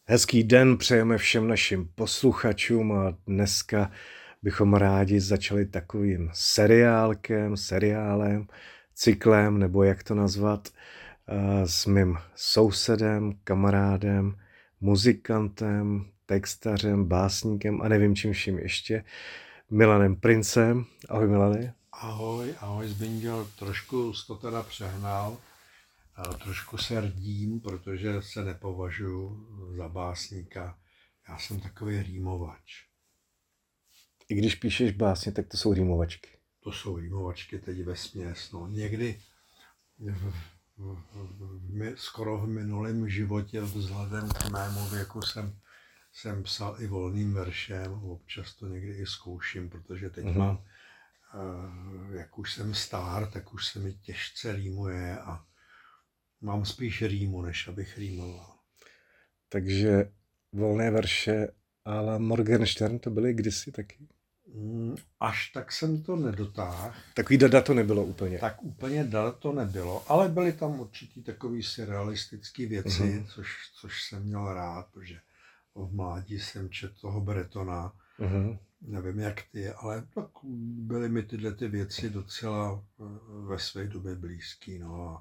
Hezký den přejeme všem našim posluchačům a dneska bychom rádi začali takovým seriálem, cyklem, nebo jak to nazvat, s mým sousedem, kamarádem, muzikantem, textařem, básníkem a nevím čím vším ještě, Milanem Princem. Ahoj Milane. Ahoj Zbyňo, trošku jsi to teda přehnal, trošku se rdím, protože se nepovažuji za básníka, já jsem takový rýmovač. I když píšeš básně, tak to jsou rýmovačky. To jsou rýmovačky teď vesměs, no. Někdy skoro v minulém životě vzhledem k mému věku jsem psal i volným veršem, občas to někdy i zkouším, protože teď mám, jak už jsem star, tak už se mi těžce rýmuje a mám spíš rýmu, než abych rýmoval. Takže volné verše a la Morgenstern to byly kdysi taky? Až tak jsem to nedotáhl. Takový dada to nebylo úplně. Tak úplně dada to nebylo, ale byly tam určitý takový surrealistický věci, což jsem měl rád, protože v mládí jsem četl toho Bretona. Nevím jak ty, ale tak byly mi tyhle ty věci docela ve své době blízký. No.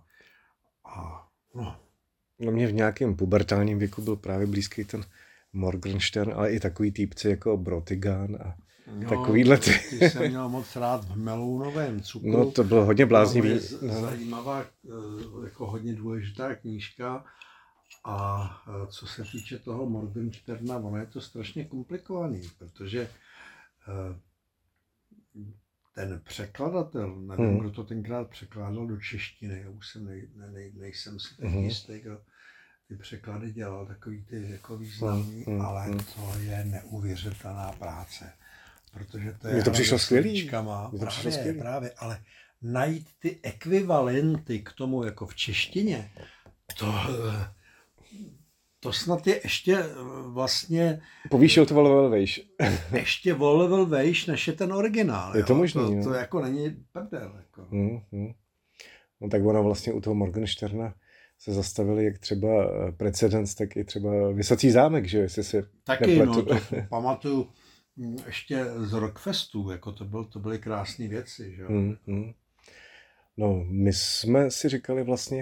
No mě v nějakém pubertálním věku byl právě blízký ten Morgenstern, ale i takový týpci jako Brotigan a takovýhle ty. Ty jsem měl moc rád v Melounovém cukru. No to bylo hodně bláznivý. Zajímavá, jako hodně důležitá knížka. A co se týče toho Morgensterna, ono je to strašně komplikovaný, protože ten překladatel, nevím, kdo to tenkrát překládal do češtiny, já už nejsem si tak jistý, kdo ty překlady dělal, takový ty jako významný, ale to je neuvěřitelná práce, protože to je... Mně to přišlo skvělý. Právě, ale najít ty ekvivalenty k tomu jako v češtině, to snad je ještě vlastně... Povýšil to level vejš. Ještě level vejš, než je ten originál. Je to možný, to jako není prdel. Jako. No tak ono vlastně u toho Morgensterna se zastavili jak třeba precedens, tak i třeba Vysocí zámek, že jestli se taky, nepletu. No, to pamatuju ještě z Rockfestu, jako to byly krásné věci, že jo. No, my jsme si říkali vlastně,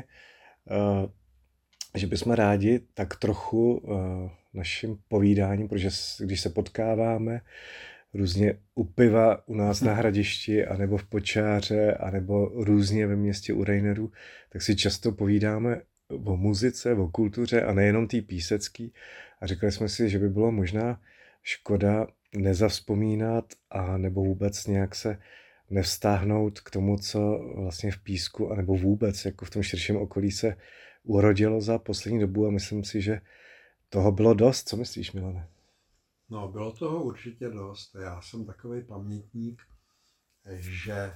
že bychom rádi tak trochu naším povídáním, protože když se potkáváme různě u piva u nás na Hradišti, anebo v Počáře, anebo různě ve městě u Rejnerů, tak si často povídáme o muzice, o kultuře a nejenom tý písecký. A řekli jsme si, že by bylo možná škoda nezavzpomínat a nebo vůbec nějak se nevztáhnout k tomu, co vlastně v Písku, anebo vůbec jako v tom širším okolí se urodilo za poslední dobu a myslím si, že toho bylo dost. Co myslíš, Milane? No, bylo toho určitě dost. Já jsem takový pamětník, že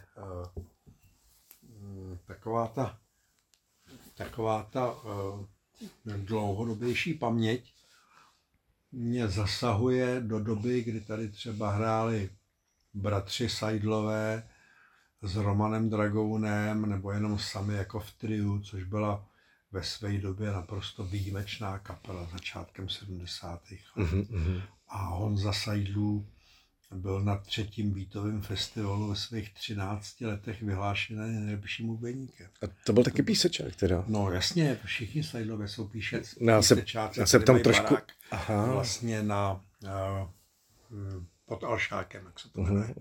taková ta dlouhodobější paměť mě zasahuje do doby, kdy tady třeba hráli bratři Seidlové s Romanem Dragounem, nebo jenom sami jako v triu, což byla ve své době naprosto výjimečná kapela začátkem 70. let. A Honza Seidlů byl na 3. Beatovém festivalu ve svých 13 letech vyhlášený nejlepším bubeníkem. A to byl taky písečák teda? No jasně, všichni Seidlové jsou písečáci. Já jsem tam trošku... Vlastně pod Alšákem, jak se to jmenuje.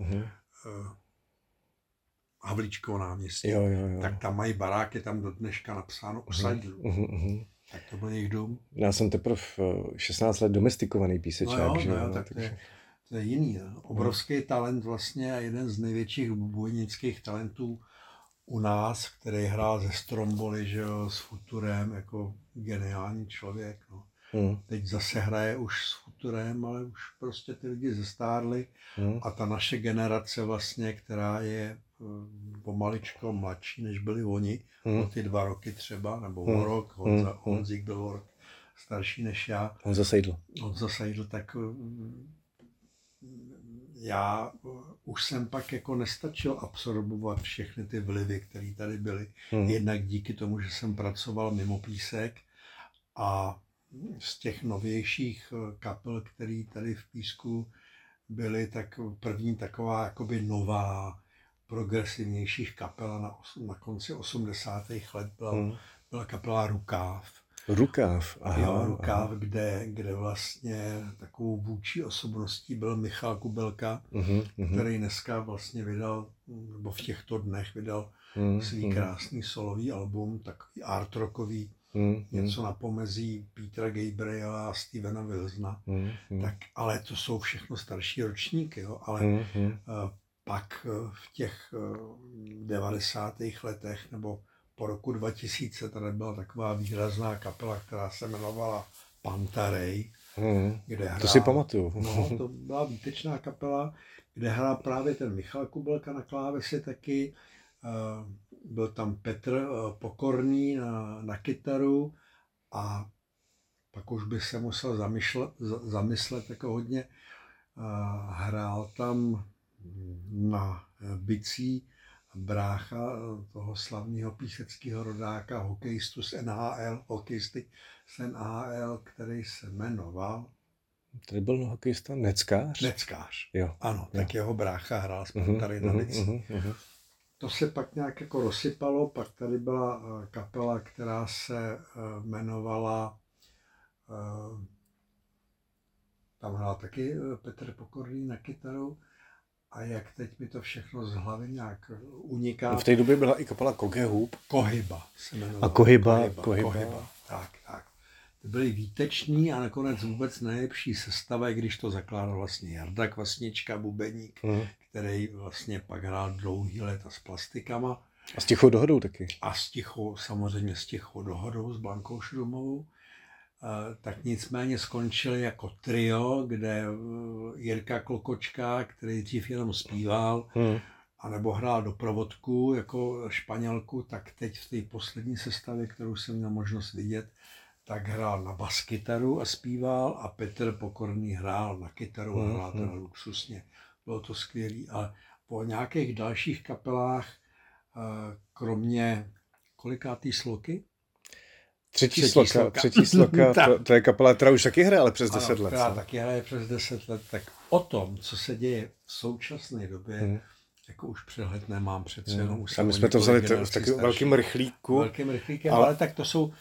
Havlíčkovo náměstí. Jo. Tak tam mají baráky, tam do dneška napsáno o Seidlů. Tak to byl jejich dům. Já jsem teprve 16 let domestikovaný písečák. To je jiný. No. Obrovský talent vlastně a jeden z největších bubenických talentů u nás, který hrál ze Stromboli, že jo, s Futurem, jako geniální člověk. No. Teď zase hraje už s Futurem, ale už prostě ty lidi zestárli a ta naše generace vlastně, která je pomaličko mladší, než byli oni, o ty 2 roky třeba, nebo o rok, Honzík byl o rok starší než já. Honza Seidl, tak já už jsem pak jako nestačil absorbovat všechny ty vlivy, které tady byly. Jednak díky tomu, že jsem pracoval mimo Písek a z těch novějších kapel, které tady v Písku byly, tak první taková jakoby nová, progresivnějších kapela na konci 80. let byla kapela Rukáv. Rukáv, aha. Jo, Rukáv, kde vlastně takovou vůdčí osobností byl Michal Kubelka, který dneska vlastně vydal, nebo v těchto dnech vydal svý krásný solový album, takový art rockový, něco na pomezí Petra Gabriela a Stevena Wilsona. Tak, ale to jsou všechno starší ročníky, jo, ale pak v těch 90. letech nebo po roku 2000 tady byla taková výrazná kapela, která se jmenovala Pantarej. To si pamatuju. No, to byla výtečná kapela, kde hrál právě ten Michal Kubelka na klávesi taky. Byl tam Petr Pokorný na kytaru a pak už by se musel zamyslet jako hodně. Hrál tam na bicí brácha toho slavného píseckého rodáka, hokejisty z NHL, který se jmenoval... Tady byl hokejista Neckář? Neckář, jo. Ano, tak jeho brácha hrál s Pantarej na bicí. To se pak nějak jako rozsypalo, pak tady byla kapela, která se jmenovala, tam hrál taky Petr Pokorný na kytaru, a jak teď mi to všechno z hlavy nějak uniká. V té době byla i kapela Kogehub. Kohyba se jmenovala. A Kohyba. Tak. To byly výteční a nakonec vůbec nejlepší sestava, když to zakládal vlastně Jarda Kvasnička, bubeník, který vlastně pak hrál dlouhý léta s Plastikama. A s Tichou dohodou taky. A samozřejmě s Tichou dohodou, s Blankou Šrumovou. Tak nicméně skončili jako trio, kde Jirka Klokočka, který dřív jenom zpíval, anebo hrál doprovodku jako Španělku, tak teď v té poslední sestavě, kterou jsem měl možnost vidět, tak hrál na baskytaru a zpíval a Petr Pokorný hrál na kytaru a hrál teda luxusně. Bylo to skvělý. A po nějakých dalších kapelách, kromě kolikátý sloky? Třetí sloka, to je kapela, která už taky hraje, ale přes 10 let. Která taky hraje přes 10 let, tak o tom, co se děje v současné době, jako už přehled nemám přece jenom. A my jsme to vzali v takovém velkým rychlíku. Ale tak to jsou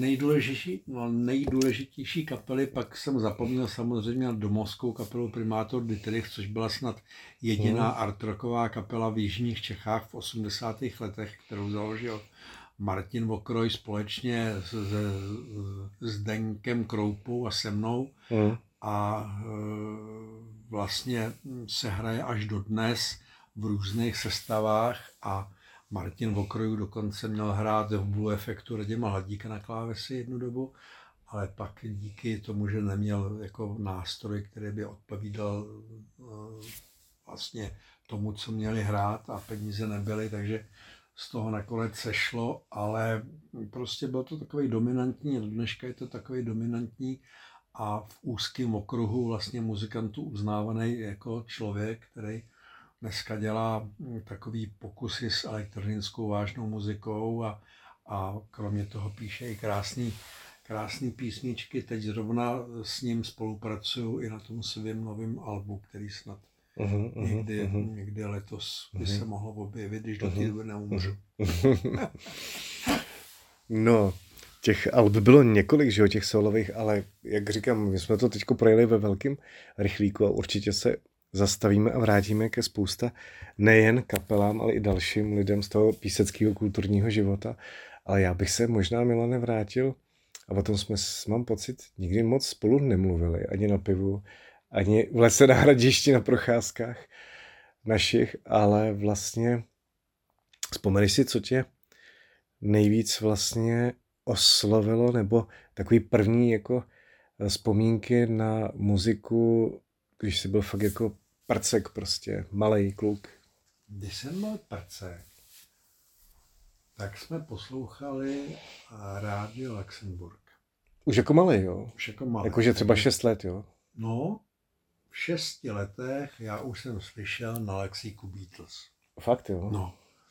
nejdůležitější kapely, pak jsem zapomněl samozřejmě na domovskou kapelu Primátor Dittrich, což byla snad jediná art rocková kapela v jižních Čechách v 80. letech, kterou založil Martin Vokroj společně s Denkem Kroupou a se mnou. A vlastně se hraje až dodnes v různých sestavách a Martin Vokroj dokonce měl hrát v Blue Effectu Radima Hladíka na klávesi jednu dobu, ale pak díky tomu, že neměl jako nástroj, který by odpovídal vlastně tomu, co měli hrát a peníze nebyly, takže z toho nakonec sešlo, ale prostě byl to takový dominantní, do dneška je to takový dominantní a v úzkém okruhu vlastně muzikantů uznávaný jako člověk, který dneska dělá takový pokusy s elektronickou vážnou muzikou a kromě toho píše i krásný písničky. Teď zrovna s ním spolupracuju i na tom svém novém albu, který snad někdy letos by se mohlo objevit, když do té doby neumřu. No, těch alb bylo několik, že jo, těch solových, ale jak říkám, my jsme to teď projeli ve velkém rychlíku a určitě se zastavíme a vrátíme ke spousta nejen kapelám, ale i dalším lidem z toho píseckého kulturního života. Ale já bych se možná, Milane, vrátil a o tom jsme, mám pocit, nikdy moc spolu nemluvili, ani na pivu, ani v lese na Hradišti na procházkách našich, ale vlastně vzpomeneš si, co tě nejvíc vlastně oslovilo, nebo takový první jako vzpomínky na muziku, když jsi byl fakt jako prcek prostě, malej kluk. Když jsem byl prcek, tak jsme poslouchali rádio Luxemburg. Už jako malej, jo? Už jako malej. Jakože třeba 6 let, jo? No, v 6 letech já už jsem slyšel na Lexíku Beatles. Fakt, jo? No.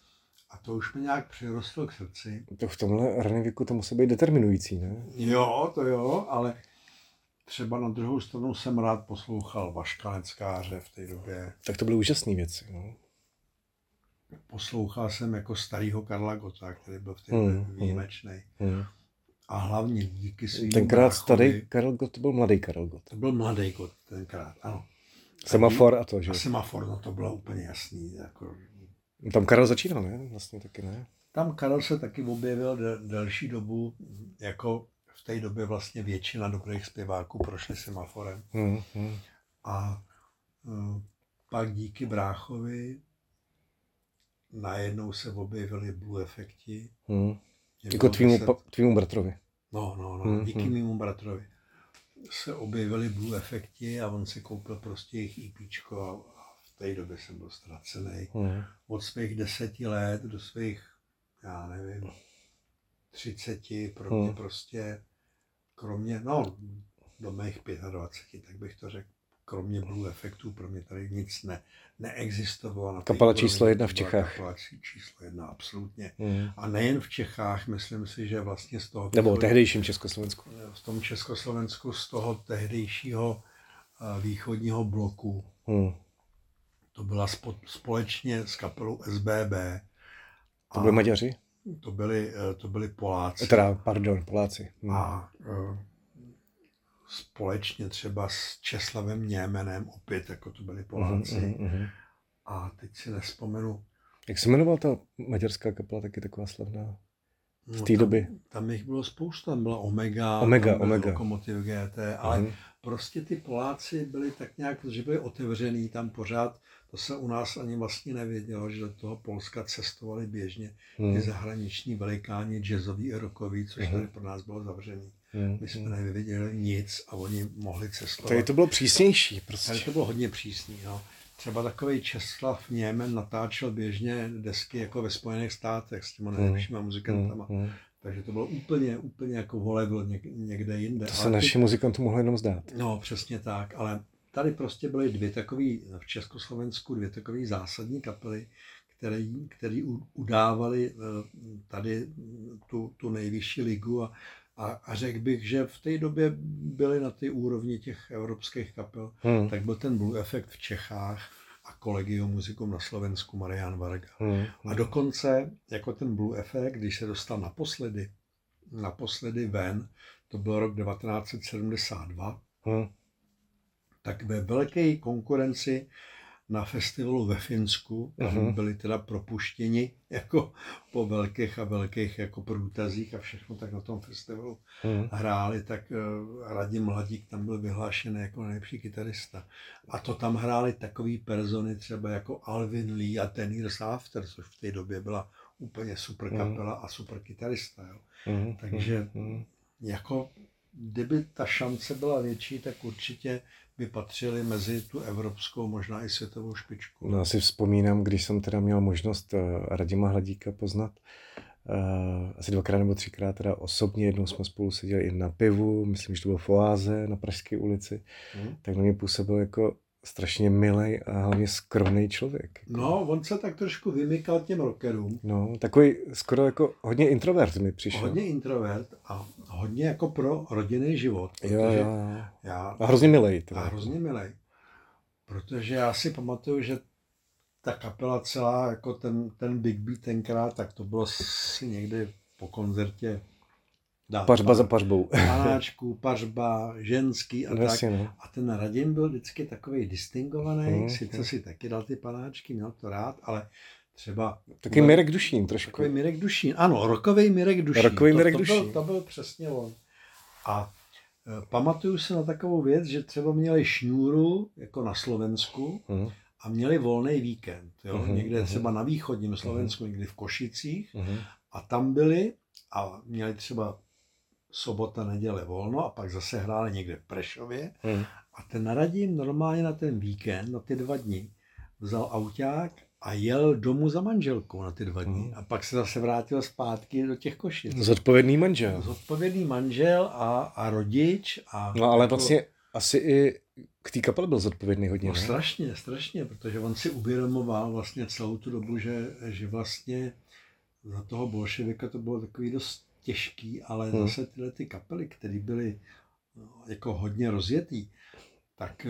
A to už mi nějak přirostlo k srdci. To v tomhle raném věku to musí být determinující, ne? Jo, to jo, ale třeba na druhou stranu jsem rád poslouchal Vaška Neckáře v té době. Tak to byly úžasné věci. No. Poslouchal jsem jako starýho Karla Gotta, který byl v té době výjimečný. A hlavně díky svým tenkrát starý Karel Gott, to byl mladý Karel Gott. To byl mladý Gott tenkrát, ano. Semafor a to, že? A Semafor, no to bylo úplně jasný. Jako... Tam Karel začínal, ne? Vlastně taky ne. Tam Karel se taky objevil delší dobu, jako v té době vlastně většina dobrých zpěváků prošli Semaforem. A pak díky bráchovi najednou se objevili Blue Efekti. Jako tvýmu bratrovi. No, díky mému bratrovi se objevili Blue Efekti a on si koupil prostě jejich EPčko a v té době jsem byl ztracený. Od svých 10 let do svých, já nevím, 30, pro mě prostě, kromě, no, do mých 25, tak bych to řekl, kromě Blue Efektů, pro mě tady nic neexistovalo. Kapela číslo 1 v Čechách. Kapela číslo 1, absolutně. A nejen v Čechách, myslím si, že vlastně z toho... Nebo tehdejším Československu. V tom Československu, z toho tehdejšího východního bloku. To byla společně s kapelou SBB. To byli Maďaři? To byli Poláci. Poláci. A společně třeba s Česlavem Němenem, opět jako to byli Poláci. A teď si nespomenu. Jak se jmenovala ta maďarská kapela, taky taková slavná v té době? Tam jich bylo spousta, tam byla Omega. Lokomotiv GT, ale prostě ty Poláci byli tak nějak, že byli otevřený tam pořád. To se u nás ani vlastně nevědělo, že do toho Polska cestovali běžně ty zahraniční velikáni jazzoví i rockoví, což tady pro nás bylo zavřený. My jsme nevěděli nic a oni mohli cestovat. Tady to bylo přísnější prostě. Tady to bylo hodně přísný, no. Třeba takový Česlav Němen natáčel běžně desky jako ve Spojených státech s těma nejlepšíma muzikantama. Takže to bylo úplně jako volebl někde jinde. To se naši muzikantům mohlo jenom zdát. No, přesně tak, ale tady prostě byly v Československu dvě takové zásadní kapely, které udávaly tady tu nejvyšší ligu a řekl bych, že v té době byly na té úrovni těch evropských kapel, tak byl ten Blue Effect v Čechách a Collegium Musicum na Slovensku Marián Varga. A dokonce jako ten Blue Effect, když se dostal naposledy ven, to byl rok 1972, tak ve velké konkurenci na festivalu ve Finsku, tam byli teda propuštěni jako po velkých jako průtazích a všechno, tak na tom festivalu hráli, tak Radim Mladík tam byl vyhlášený jako nejlepší kytarista. A to tam hráli takový persony třeba jako Alvin Lee a Ten Years After, což v té době byla úplně super kapela a super kytarista. Jo. Takže jako kdyby ta šance byla větší, tak určitě by patřili mezi tu evropskou, možná i světovou špičku. No, si vzpomínám, když jsem teda měl možnost Radima Hladíka poznat, asi 2krát nebo 3krát teda osobně, jednou jsme spolu seděli i na pivu, myslím, že to bylo v Oáze na Pražské ulici, tak na mě působil jako strašně milej a hlavně skromný člověk. Jako. No, on se tak trošku vymykal těm rockerům. No, takový skoro jako hodně introvert mi přišel. Hodně introvert a hodně jako pro rodinný život. Jo. A hrozně milej. A hrozně milej. Protože já si pamatuju, že ta kapela celá, jako ten Big Beat tenkrát, tak to bylo si někdy po koncertě pařba za pařbou. Panáčku, pařba, ženský a Vlastně, tak. No. A ten Radim byl vždycky takový distingovaný, sice si taky dal ty panáčky, měl to rád, ale třeba... Takový Mirek Dušín trošku. Takový Mirek Dušín, ano, rockovej Mirek Dušín. To byl přesně on. A pamatuju se na takovou věc, že třeba měli šňůru, jako na Slovensku, a měli volný víkend. Jo? Někde třeba na východním Slovensku, někdy v Košicích. A tam byli a měli třeba sobota, neděle volno a pak zase hráli někde v Prešově. A ten Radim normálně na ten víkend, na ty 2 dny, vzal auták a jel domů za manželkou na ty 2 dny. A pak se zase vrátil zpátky do těch Košic. Zodpovědný manžel. Zodpovědný manžel a rodič. No ale vlastně asi i k té kapele byl zodpovědný hodně. No, strašně, protože on si uvědomoval vlastně celou tu dobu, že vlastně za toho bolševika to bylo takový dost těžký, ale zase tyhle ty kapely, které byly jako hodně rozjetý, tak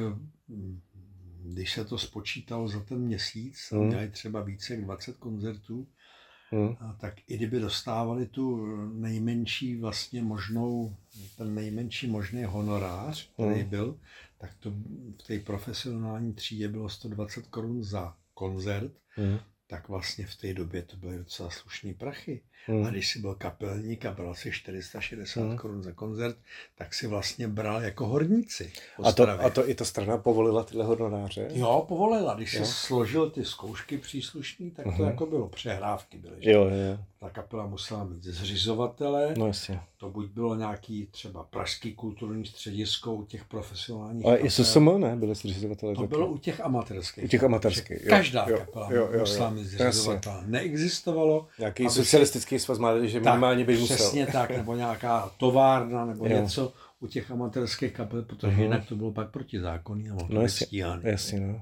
když se to spočítalo za ten měsíc, měli třeba více jak 20 koncertů, tak i kdyby dostávali tu nejmenší vlastně možnou, ten nejmenší možný honorář, který byl, tak to v té profesionální třídě bylo 120 korun za koncert, tak vlastně v té době to byly docela slušný prachy. A když si byl kapelník a bral si 460 korun za koncert, tak si vlastně bral jako horníci. A to i ta strana povolila tyhle honoráře? Jo, povolila. Když si složil ty zkoušky příslušný, tak to jako bylo. Přehrávky byly. Že? Jo. Ta kapela musela mít zřizovatele. No jasně. To buď bylo nějaký třeba Pražský kulturní středisko u těch profesionálních ale kapel. Ale i SSM, ne? Byly zřizovatele. To bylo u těch amatérských. U těch amatérských. Každá kapela musela mít zřizovatele. Neexistovalo. Nějaký socialistický svaz mládeže minimálně by musel. Přesně tak, nebo nějaká továrna, nebo něco u těch amatérských kapel, protože jinak to bylo pak protizákonný a mohlo být stíhaný. Jasně, no.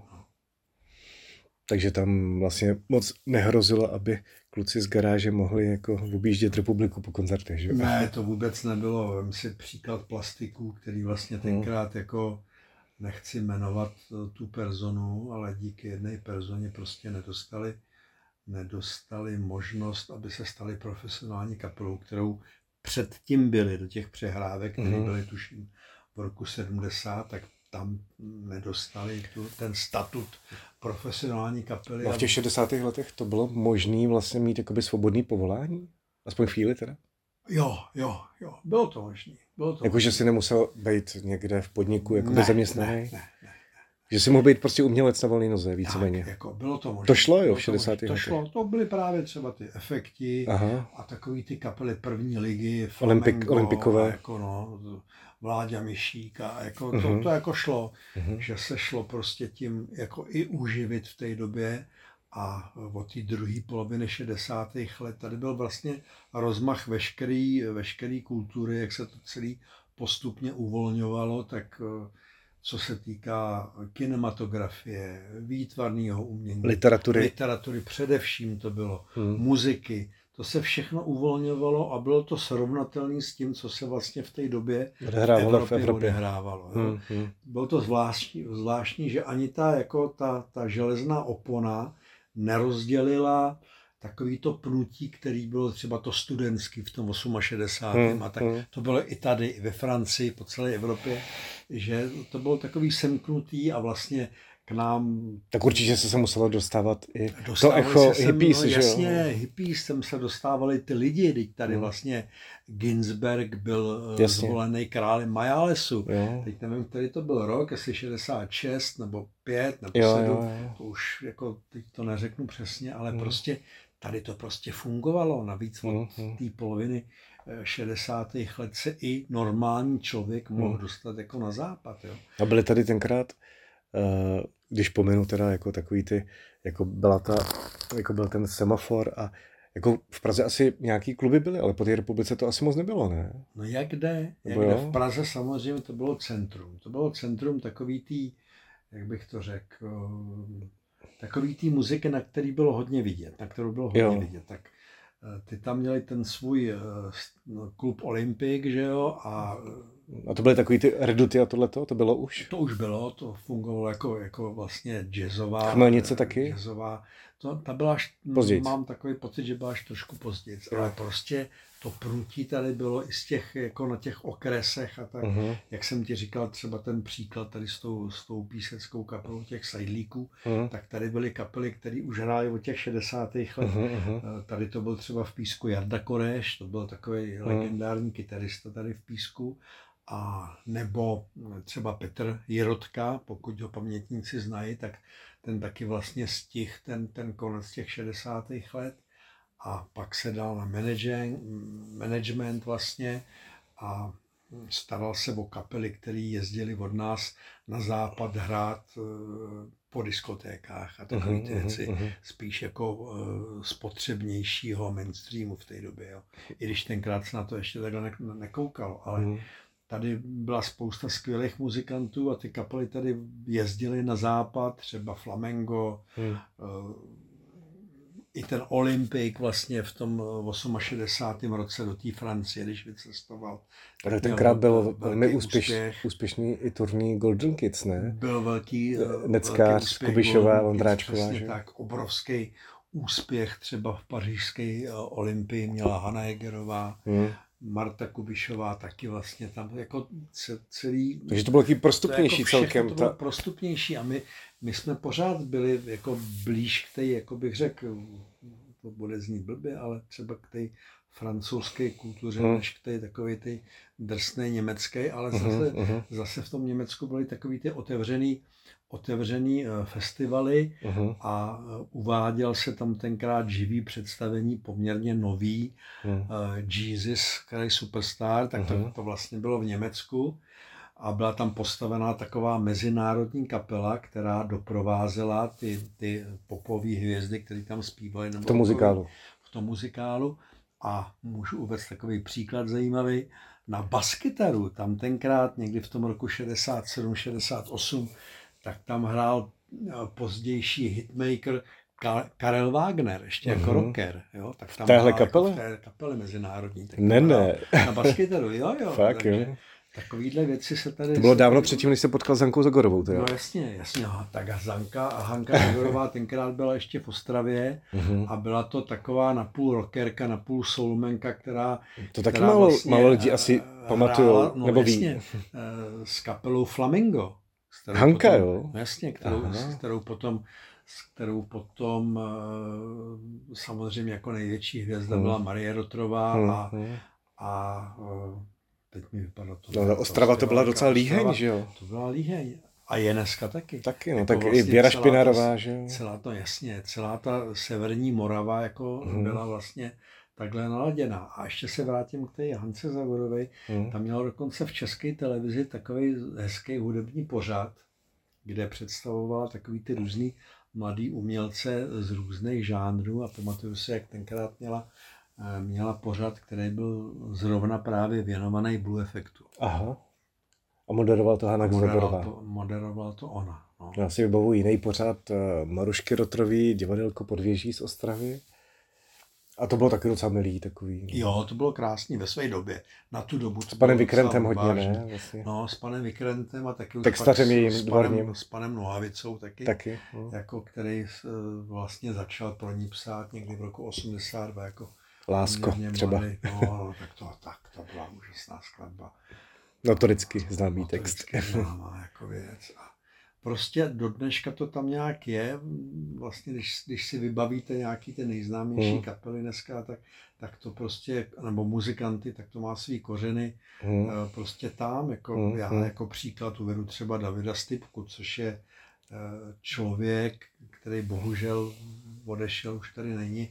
Takže tam vlastně moc nehrozilo, aby kluci z garáže mohli jako objíždět republiku po koncertech, že? Ne, to vůbec nebylo. Vem si příklad Plastiků, který vlastně tenkrát jako, nechci jmenovat tu personu, ale díky jedné personě prostě nedostali možnost, aby se stali profesionální kapelou, kterou předtím byli do těch přehrávek, které byly tuším v roku 70, tak tam nedostali ten statut profesionální kapely. A v těch 60. letech to bylo možné vlastně mít jakoby svobodný povolání? Aspoň chvíli teda? Jo, bylo to možné. Jakože si nemusel být někde v podniku jako zaměstnaný? Ne. Že si mohl být prostě umělec na volné noze, víceméně. Jako bylo to možné. To šlo, jo, v 60. letech. To šlo, to byly právě třeba ty Efekti a takový ty kapely první ligy, Olympikové. Jako Vláďa Mišík a jako to jako šlo, že se šlo prostě tím jako i uživit v té době a od té druhé poloviny 60. let tady byl vlastně rozmach veškerý kultury, jak se to celý postupně uvolňovalo, tak co se týká kinematografie, výtvarného umění, literatury především to bylo, muziky, to se všechno uvolňovalo a bylo to srovnatelné s tím, co se vlastně v té době v Evropě odehrávalo. Bylo to zvláštní, že ani ta železná opona nerozdělila takový to pnutí, který bylo třeba to studentský v tom 68. A tak to bylo i tady, i ve Francii, po celé Evropě, že to bylo takový semknutý a vlastně k nám... Tak určitě se muselo dostávat i to echo hippies, že jo? Jasně, hippies, sem se dostávali ty lidi, teď tady vlastně Ginsberg byl zvolený králem Majalesu. Teď nevím, který to byl rok, jestli 66 nebo 5 nebo 7, to už jako teď to neřeknu přesně, ale prostě tady to prostě fungovalo, navíc od té poloviny 60. let se i normální člověk mohl dostat jako na západ. Jo. A byly tady tenkrát, když pomenu teda jako takový ty, jako byl ten semafor a jako v Praze asi nějaký kluby byly, ale po té republice to asi moc nebylo, ne? No jak jde? V Praze samozřejmě to bylo centrum. To bylo centrum takový tý, jak bych to řekl, takový tý muziky, na který bylo hodně vidět, tak ty tam měli ten svůj klub Olympik, že jo, a to byly takový ty reduty a tohleto, to bylo už? To už bylo, to fungovalo jako vlastně jazzová. Chmelnice taky? Jazzová, ta byla až, mám takový pocit, že byla až trošku později, ale prostě to prutí tady bylo i z těch, jako na těch okresech a tak, jak jsem ti říkal, třeba ten příklad tady s tou píseckou kapelou těch Sajdlíků, tak tady byly kapely, které už hrály od těch 60. let. Tady to byl třeba v Písku Jarda Koreš, to byl takový legendární kytarista tady v Písku, a nebo třeba Petr Jirotka, pokud ho pamětníci znají, tak ten taky vlastně stihl ten konec těch 60. let a pak se dal na management vlastně a staral se o kapely, které jezdili od nás na západ hrát po diskotékách a takové ty věci, spíš jako spotřebnějšího mainstreamu v té době. Jo. I když tenkrát se na to ještě takhle nekoukalo, ale tady byla spousta skvělých muzikantů a ty kapely tady jezdily na západ, třeba Flamengo, i ten Olympik vlastně v tom 68. roce do té Francie, když vycestoval. Ale tenkrát byl velmi úspěšný i turný Golden Kids, ne? Byl velký Neckář, Kubišová, Vondráčková. Přesně tak, obrovský úspěch třeba v pařížské Olympii měla Hana Hegerová, Marta Kubišová taky vlastně tam jako celý... Takže to bylo taky prostupnější jako celkem. To bylo prostupnější a my jsme pořád byli jako blíž k té, jako bych řekl, to bude znít blbě, ale třeba k té francouzské kultuře, než k té takové ty drsné německé, ale zase v tom Německu byly takový ty otevřený festivaly a uváděl se tam tenkrát živý představení, poměrně nový, Jesus, který Superstar, tak to vlastně bylo v Německu a byla tam postavená taková mezinárodní kapela, která doprovázela ty popové hvězdy, které tam zpívaly. V tom muzikálu. A můžu uvést takový příklad zajímavý. Na baskytaru, tam tenkrát někdy v tom roku 67, 68, tak tam hrál pozdější hitmaker Karel Wagner, ještě jako rocker. Jo? Tak tam téhle kapele? Jako v té kapele mezinárodní. Tak ne. Na baskytaru, jo. Fakt, takže jo. Takovýhle věci se tady... To bylo dávno předtím, než se potkal s Hankou Zagorovou. Teda. No jasně. Tak Hanka Zagorová tenkrát byla ještě v Ostravě a byla to taková napůl rockerka, napůl soulmanka, která... To taky málo lidí asi pamatujou, nebo ví. S kapelou Flamingo. Hanka, potom, jo? No jasně, kterou potom samozřejmě jako největší hvězda byla Marie Rotrová a teď mi vypadlo to. No, Ostrava to byla docela Líheň, že jo? To byla Líheň. A je dneska taky. Taky, no, jako tak vlastně i Věra Špinarová, že jo? Celá ta severní Morava jako byla vlastně takhle naladěná. A ještě se vrátím k té Hance Zavorové. Tam měla dokonce v České televizi takový hezký hudební pořad, kde představovala takový ty různý mladý umělce z různých žánrů a pamatuju si, jak tenkrát měla pořad, který byl zrovna právě věnovaný Blue Effectu. Aha. A moderoval to Hana Zagorová. Moderovala to ona. No. Já si vybavuji jiný pořad Marušky Rotrový, Divadelko Podvěží z Ostravy. A to bylo taky docela milý takový. Jo, to bylo krásný ve své době. Na tu dobu. S panem Vikrentem hodně, ne? Vlastně. No, s panem Vikrentem a taky Textařem jejím dvorním. S panem Nohavicou taky. Jako který vlastně začal pro ní psát někdy v roku 82 jako Lásko třeba. No, tak to byla úžasná skladba. Notoricky známý text. Známá jako věc. A prostě do dneška to tam nějak je. Vlastně, když si vybavíte nějaký ty nejznámější kapely dneska, tak to prostě, nebo muzikanty, tak to má svý kořeny. Prostě tam, jako já jako příklad uvedu třeba Davida Stypku, což je člověk, který bohužel odešel, už tady není.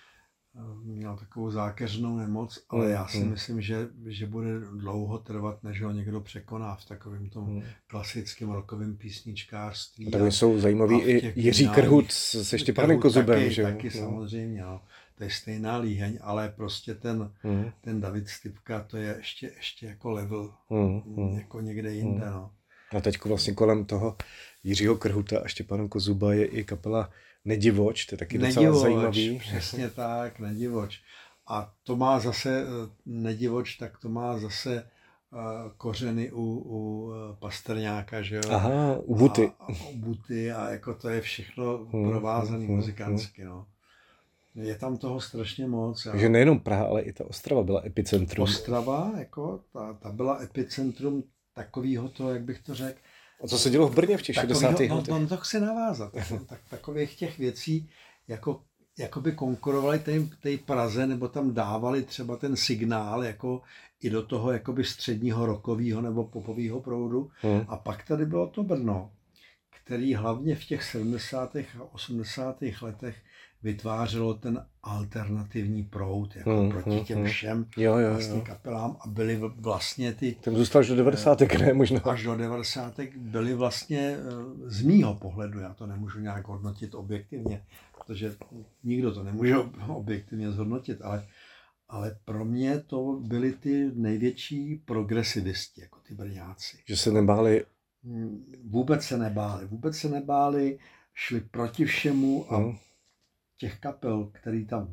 Měl takovou zákeřnou nemoc, ale já si myslím, že bude dlouho trvat, než ho někdo překoná v takovém tom klasickém rockovém písničkářství. Tady jsou zajímaví i Jiří Krhut se Štěpánem Kozubem, že? Taky samozřejmě, no. To je stejná Líheň, ale prostě ten David Stypka, to je ještě jako level, jako někde jinde, no. A teď vlastně kolem toho Jiřího Krhuta a Štěpána Kozuba je i kapela Nedivoč, to je taky docela zajímavý. Přesně tak, Nedivoč. A to má zase, Nedivoč, tak to má zase kořeny u Pastrňáka, že jo? Aha, u Buty. U Buty a jako to je všechno provázaný muzikantsky, no. Je tam toho strašně moc. Takže nejenom Praha, ale i ta Ostrava byla epicentrum. Ostrava, jako, ta byla epicentrum takového toho, jak bych to řekl. A co se dělo v Brně v těch 60. letech? No to chci navázat. Takových těch věcí, jako by konkurovali té Praze, nebo tam dávali třeba ten signál, jako i do toho jakoby středního rockového nebo popového proudu. A pak tady bylo to Brno, který hlavně v těch 70. a 80. letech vytvářelo ten alternativní proud, jako proti těm všem vlastně kapelám a byly vlastně ty... Ten zůstal až do 90. ne, možná. Až do 90. byly vlastně z mýho pohledu, já to nemůžu nějak hodnotit objektivně, protože nikdo to nemůže objektivně zhodnotit, ale pro mě to byly ty největší progresivisti, jako ty Brňáci. Že se nebáli? Vůbec se nebáli, šli proti všemu a těch kapel, který tam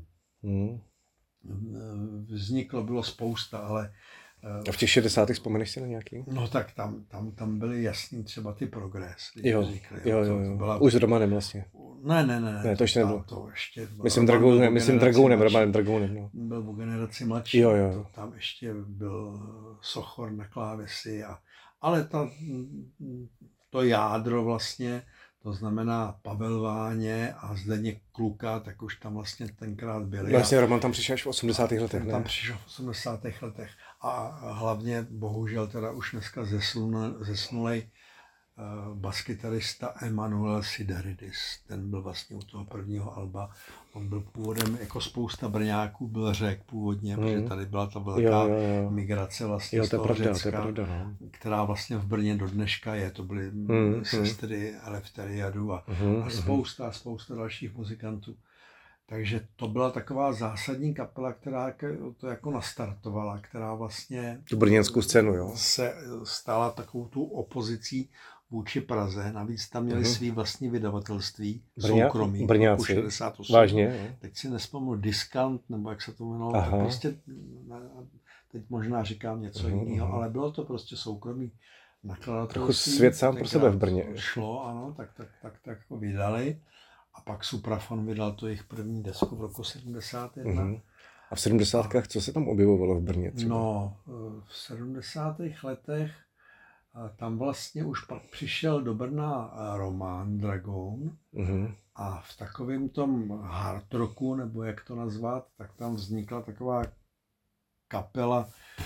vzniklo, bylo spousta, ale... A v těch 60. vzpomeneš si na nějaký? No tak tam byly jasný třeba ty Progress. Jo. Už s Romanem vlastně. Ne, to ještě nebylo. To ještě myslím Romanem Dragounem. No. Byl o generaci mladší. Jo. Tam ještě byl Sochor na klávesi. Ale to jádro vlastně, to znamená Pavel Váně a Zdeněk Kluka, tak už tam vlastně tenkrát byli. Vlastně Roman tam přišel až v 80. letech. Tam přišel v 80. letech. A hlavně, bohužel teda už dneska zesnulej baskytarista Emanuel Sidaridis. Ten byl vlastně u toho prvního alba. On byl původem, jako spousta Brňáků, byl Řek původně, protože tady byla ta velká migrace vlastně z toho Řecka, která vlastně v Brně do dneška je. To byly sestry Eleftheriadu a spousta dalších muzikantů. Takže to byla taková zásadní kapela, která to jako nastartovala, která vlastně... Tu brněnskou scénu, jo? Se stala takovou tu opozicí vůči Praze. Navíc tam měli svý vlastní vydavatelství, soukromí. Brňáci? 68. Vážně? Jo? Teď si nespomenu, Diskant, nebo jak se to jmenovalo. Tak prostě, teď možná říkám něco jiného, ale bylo to prostě soukromí nakladatelství. Trochu svět sám pro sebe v Brně. Šlo, ano, tak jako vydali. A pak Suprafon vydal to jejich první desku v roku 71. A v 70. co se tam objevovalo v Brně třeba? No, v 70. letech tam vlastně už pak přišel do Brna Roman Dragoun a v takovém tom hard rocku, nebo jak to nazvat, tak tam vznikla taková kapela,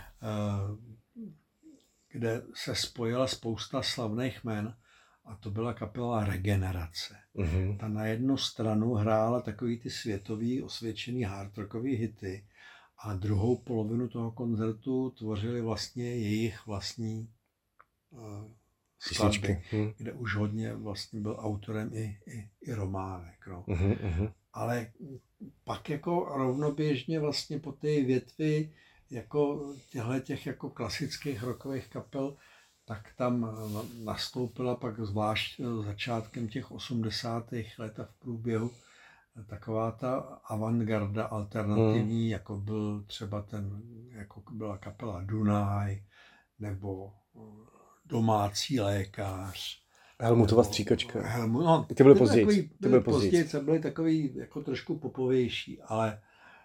kde se spojila spousta slavných jmen. A to byla kapela Regenerace. Ta na jednu stranu hrála takový ty světový osvědčený hardrockový hity a druhou polovinu toho koncertu tvořili vlastně jejich vlastní skladby, kde už hodně vlastně byl autorem i Románek. No. Ale pak jako rovnoběžně vlastně po té větvi jako těch jako klasických rockových kapel tak tam nastoupila pak zvlášť začátkem těch 80. let a v průběhu taková ta avantgarda alternativní, jako byl třeba jako byla kapela Dunaj, nebo Domácí lékař. Helmutova stříkačka. Ty byly později. Byly takový jako trošku popovější, ale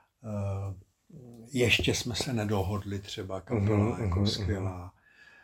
ještě jsme se nedohodli, třeba kapela jako skvělá.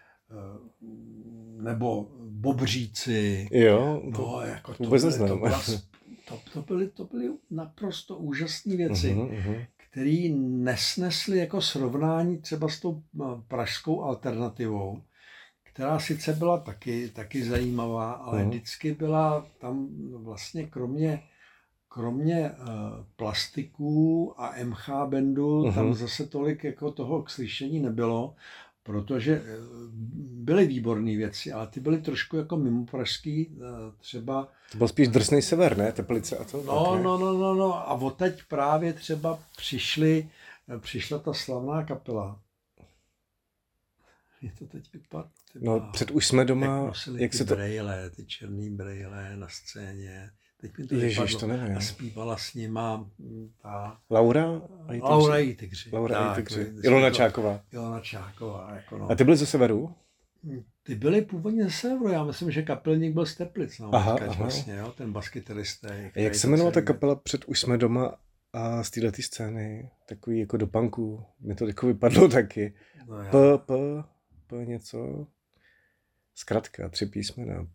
Nebo Bobříci. Jo, no, jako vůbec neznám. To byly naprosto úžasné věci, které nesnesly jako srovnání třeba s tou pražskou alternativou, která sice byla taky zajímavá, ale vždycky byla tam vlastně kromě plastiků a MH bandu, tam zase tolik jako toho k slyšení nebylo, protože byly výborné věci, ale ty byly trošku jako mimo pražský, třeba... To byl spíš drsnej sever, ne? Teplice a to? No. A odteď právě třeba přišla ta slavná kapela. Je to teď vypadlo. No, před už jsme doma, jak se to... Ty černý brejle na scéně. Teď mi to vypadlo. A zpívala s nima ta... Laura i Tygři. Ilona Čáková. Jako no. A ty byly ze severu? Ty byly původně ze severu. Já myslím, že kapelník byl z Teplic. No, vlastně, jo, ten baskytarista. Jak se jmenovala ta kapela před už jsme doma a z této scény? Takový jako do punku. Mně to jako vypadlo taky. No, P něco. Zkratka, 3 písmena.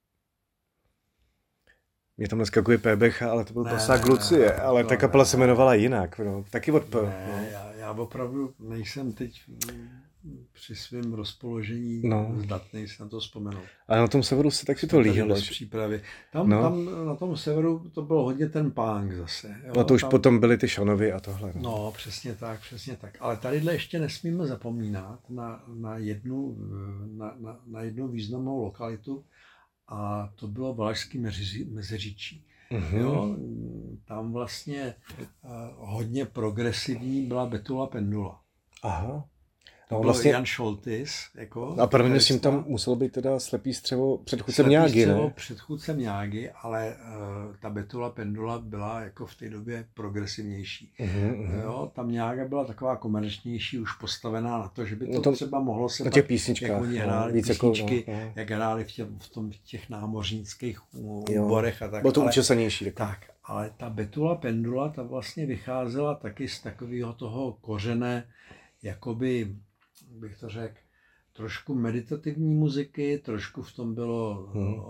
Mě tam naskakuje PBH, ale to byl pasák Lucie, ale ta kapela se jmenovala jinak, no, taky od P. Já opravdu nejsem teď při svém rozpoložení zdatný si na to vzpomenout. A na tom severu se taky to líhalo. Tam na tom severu to byl hodně ten punk zase. Jo? No to už potom byly ty Šanovy a tohle. No, přesně tak. Ale tadyhle ještě nesmíme zapomínat na jednu významnou lokalitu, a to bylo Valašské Meziříčí. Jo? Tam vlastně hodně progresivní byla Betula Pendula. Aha. To byl vlastně Jan Šoltis. Jako, a prvně s tím tam muselo být teda Slepý střevo předchůdce Mňágy, ne? Předchůdce Mňágy, ale ta Betula Pendula byla jako v té době progresivnější. Jo, ta Mňága byla taková komerčnější, už postavená na to, že by to třeba mohlo se pak, jak oni hráli písničky, jak hráli v těch námořnických úborech a tak. Bylo to učesanější. Tak, ale ta Betula Pendula, ta vlastně vycházela taky z takového toho kořene, jakoby, bych to řekl, trošku meditativní muziky, trošku v tom bylo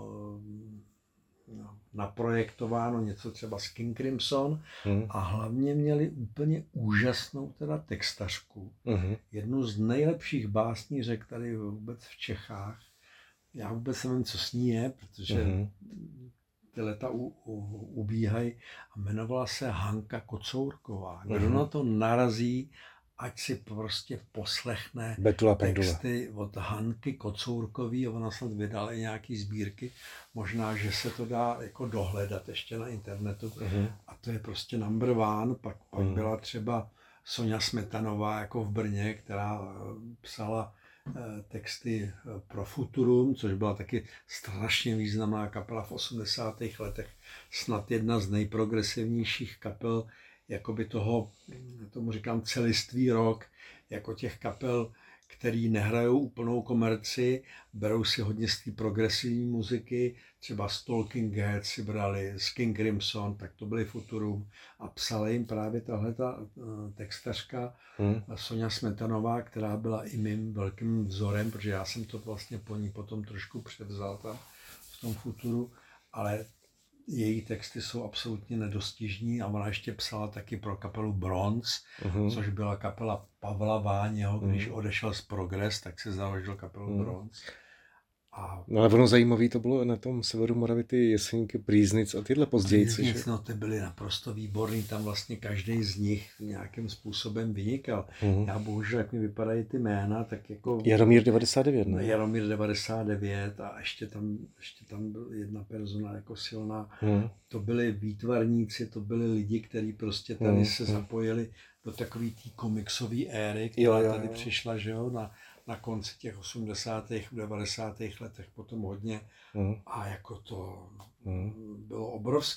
naprojektováno něco třeba z King Crimson a hlavně měli úplně úžasnou teda textařku. Jednu z nejlepších básnířek tady vůbec v Čechách. Já vůbec nevím, co s ní je, protože ty leta ubíhají a jmenovala se Hanka Kocourková. Kdo na to narazí, ať si prostě poslechne texty od Hanky Kocourkový, ona snad vydala i nějaký sbírky, možná, že se to dá jako dohledat ještě na internetu. A to je prostě number one. Pak byla třeba Soňa Smetanová jako v Brně, která psala texty pro Futurum, což byla taky strašně významná kapela v 80. letech, snad jedna z nejprogresivnějších kapel jakoby toho, tomu říkám celistvý rock, jako těch kapel, který nehrajou úplnou komerci, berou si hodně z té progresivní muziky, třeba z Talking Heads si brali, z King Crimson, tak to byly Futurum a psala jim právě tahleta textařka Soňa Smetanová, která byla i mým velkým vzorem, protože já jsem to vlastně po ní potom trošku převzal tam v tom Futuru, ale její texty jsou absolutně nedostižní a ona ještě psala taky pro kapelu Bronze, což byla kapela Pavla Váněho, když odešel z Progress, tak se založil kapelu Bronze. No ale ono zajímavé to bylo na tom severu Moravy, ty Jeseníky, Prýznic a tyhle později. No ty byly naprosto výborný, tam vlastně každý z nich nějakým způsobem vynikal. Já bohužel, jak mi vypadají ty jména, tak jako... Jaromír 99, ne? Jaromír 99 a ještě tam byl jedna persona jako silná. To byli výtvarníci, to byli lidi, kteří prostě tady se zapojili do takové té komiksové éry, která tady přišla, že jo, na konci těch 80. 90. letech potom hodně a jako to bylo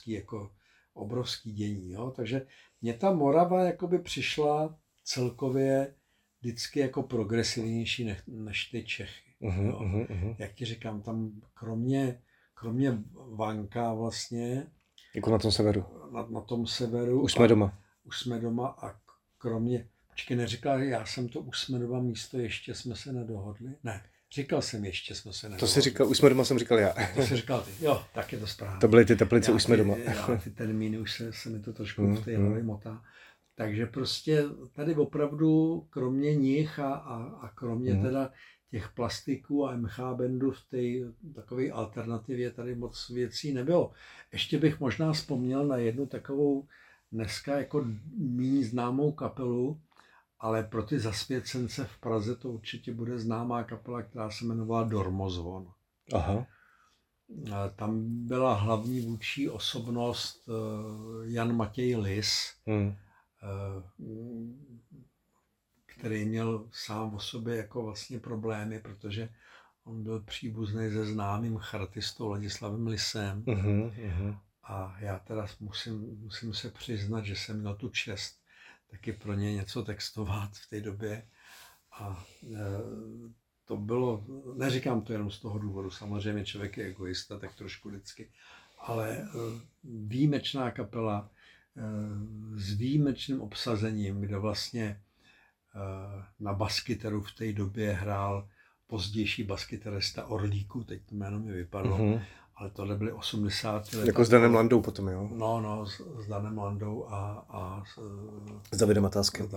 obrovský dění, jo? Takže mě ta Morava jakoby přišla celkově vždycky jako progresivnější než ty Čechy. Jak ti říkám, tam kromě Vanka vlastně jako na tom severu. Na tom severu. Už jsme doma a kromě Počkej, neříkal, já jsem to už jsme doma místo, ještě jsme se nedohodli? Ne, říkal jsem, ještě jsme se nedohodli. To jsi říkal, už jsme doma, jsem říkal já. To jsi říkal ty, jo, tak je to správně. To byly ty Teplice, už jsme doma. Ty termíny, už se mi to trošku v té hlavě motá. Takže prostě tady opravdu, kromě nich a kromě teda těch plastiků a MH bandu v té takové alternativě tady moc věcí nebylo. Ještě bych možná vzpomněl na jednu takovou dneska jako méně známou kapelu, ale pro ty zasvěcence v Praze to určitě bude známá kapela, která se jmenovala Dormozvon. Aha. Tam byla hlavní vůdčí osobnost Jan Matěj Lis, který měl sám o sobě jako vlastně problémy, protože on byl příbuzný se známým chartistou Ladislavem Lisem. A já teda musím se přiznat, že jsem měl tu čest taky pro ně něco textovat v té době. A to bylo, neříkám to jenom z toho důvodu, samozřejmě člověk je egoista, tak trošku vždycky, ale výjimečná kapela s výjimečným obsazením, kde vlastně na baskytaru v té době hrál pozdější baskytarista Orlíku, teď to jméno mi vypadlo, ale tohle byly 80. let. Jako s Danem Landou potom, jo? No, s Danem Landou a s Davidem Matáskem.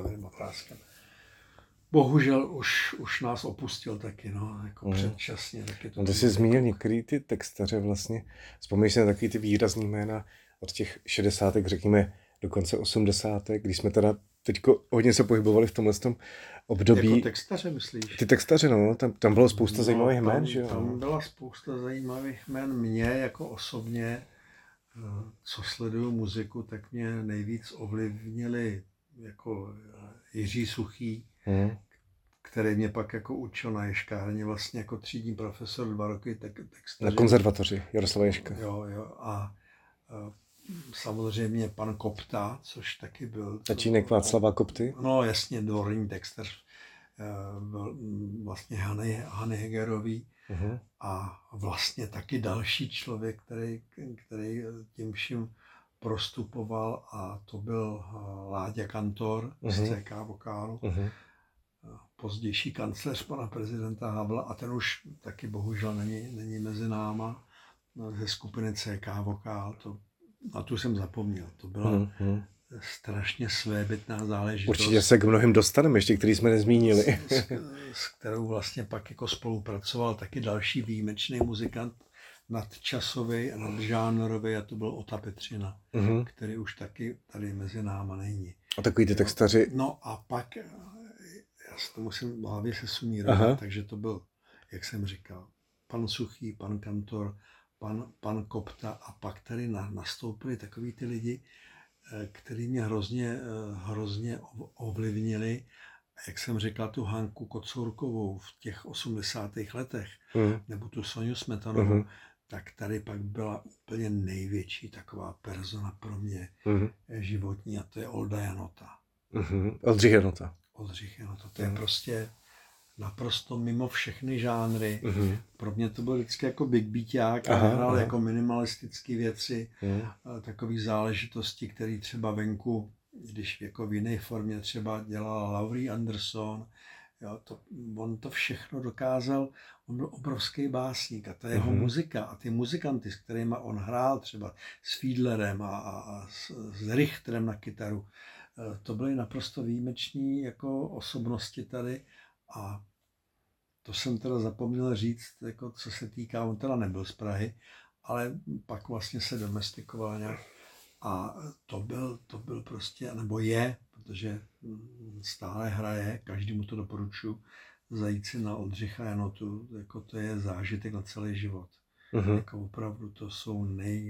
Bohužel už nás opustil taky, no, jako předčasně. Taky to jsi zmínil některý ty textaře vlastně. Vzpomíš si na takový ty výrazný jména od těch 60. řekněme do konce 80. když jsme teda teďko hodně se pohybovali v tomhle období. Jako textaře myslíš? Ty textaře, no, tam bylo spousta zajímavých jmén, že jo? Tam byla spousta zajímavých jmén. Mě jako osobně, co sleduju muziku, tak mě nejvíc ovlivnili jako Jiří Suchý, který mě pak jako učil na ješkárně, vlastně jako třídní profesor 2 roky textaře. Na konzervatoři Jaroslava Ježka. Jo. A samozřejmě pan Kopta, což taky byl... Tatínek Václava Kopty? No jasně, dvorní textař vlastně Hany Hegerový. A vlastně taky další člověk, který tím vším prostupoval, a to byl Láďa Kantor z CK Vokálu, pozdější kancléř pana prezidenta Havla, a ten už taky bohužel není mezi náma, ze skupiny CK Vokál. Na tu jsem zapomněl. To byla strašně svébytná záležitost. Určitě se k mnohým dostaneme, ještě který jsme nezmínili. S kterou vlastně pak jako spolupracoval taky další výjimečný muzikant, nadčasový a nadžánrový, a to byl Ota Petřina, který už taky tady mezi náma není. A takový ty textaři. No a pak, já si to musím v hlavě se sumírovat, takže to byl, jak jsem říkal, pan Suchý, pan Kantor, pan Kopta, a pak tady nastoupili takový ty lidi, který mě hrozně ovlivnili. Jak jsem říkal, tu Hanku Kocourkovou v těch 80. letech, nebo tu Soňu Smetanovou, tak tady pak byla úplně největší taková persona pro mě životní, a to je Olda Janota. Oldřich Janota. To je prostě naprosto mimo všechny žánry. Pro mě to byl vždycky jako big beaták a hrál jako minimalistické věci, takové záležitosti, které třeba venku, když jako v jiné formě třeba dělala Laurie Anderson, jo, on to všechno dokázal, on byl obrovský básník, a ta jeho muzika a ty muzikanty, s kterými on hrál, třeba s Fiedlerem a s Richterem na kytaru, to byly naprosto výjimeční jako osobnosti tady. A to jsem teda zapomněl říct, jako co se týká, on teda nebyl z Prahy, ale pak vlastně se domestikoval nějak. A to byl prostě, nebo je, protože stále hraje, každému to doporučuji, zajít si na Oldřicha Janotu, jako to je zážitek na celý život. Jako opravdu to jsou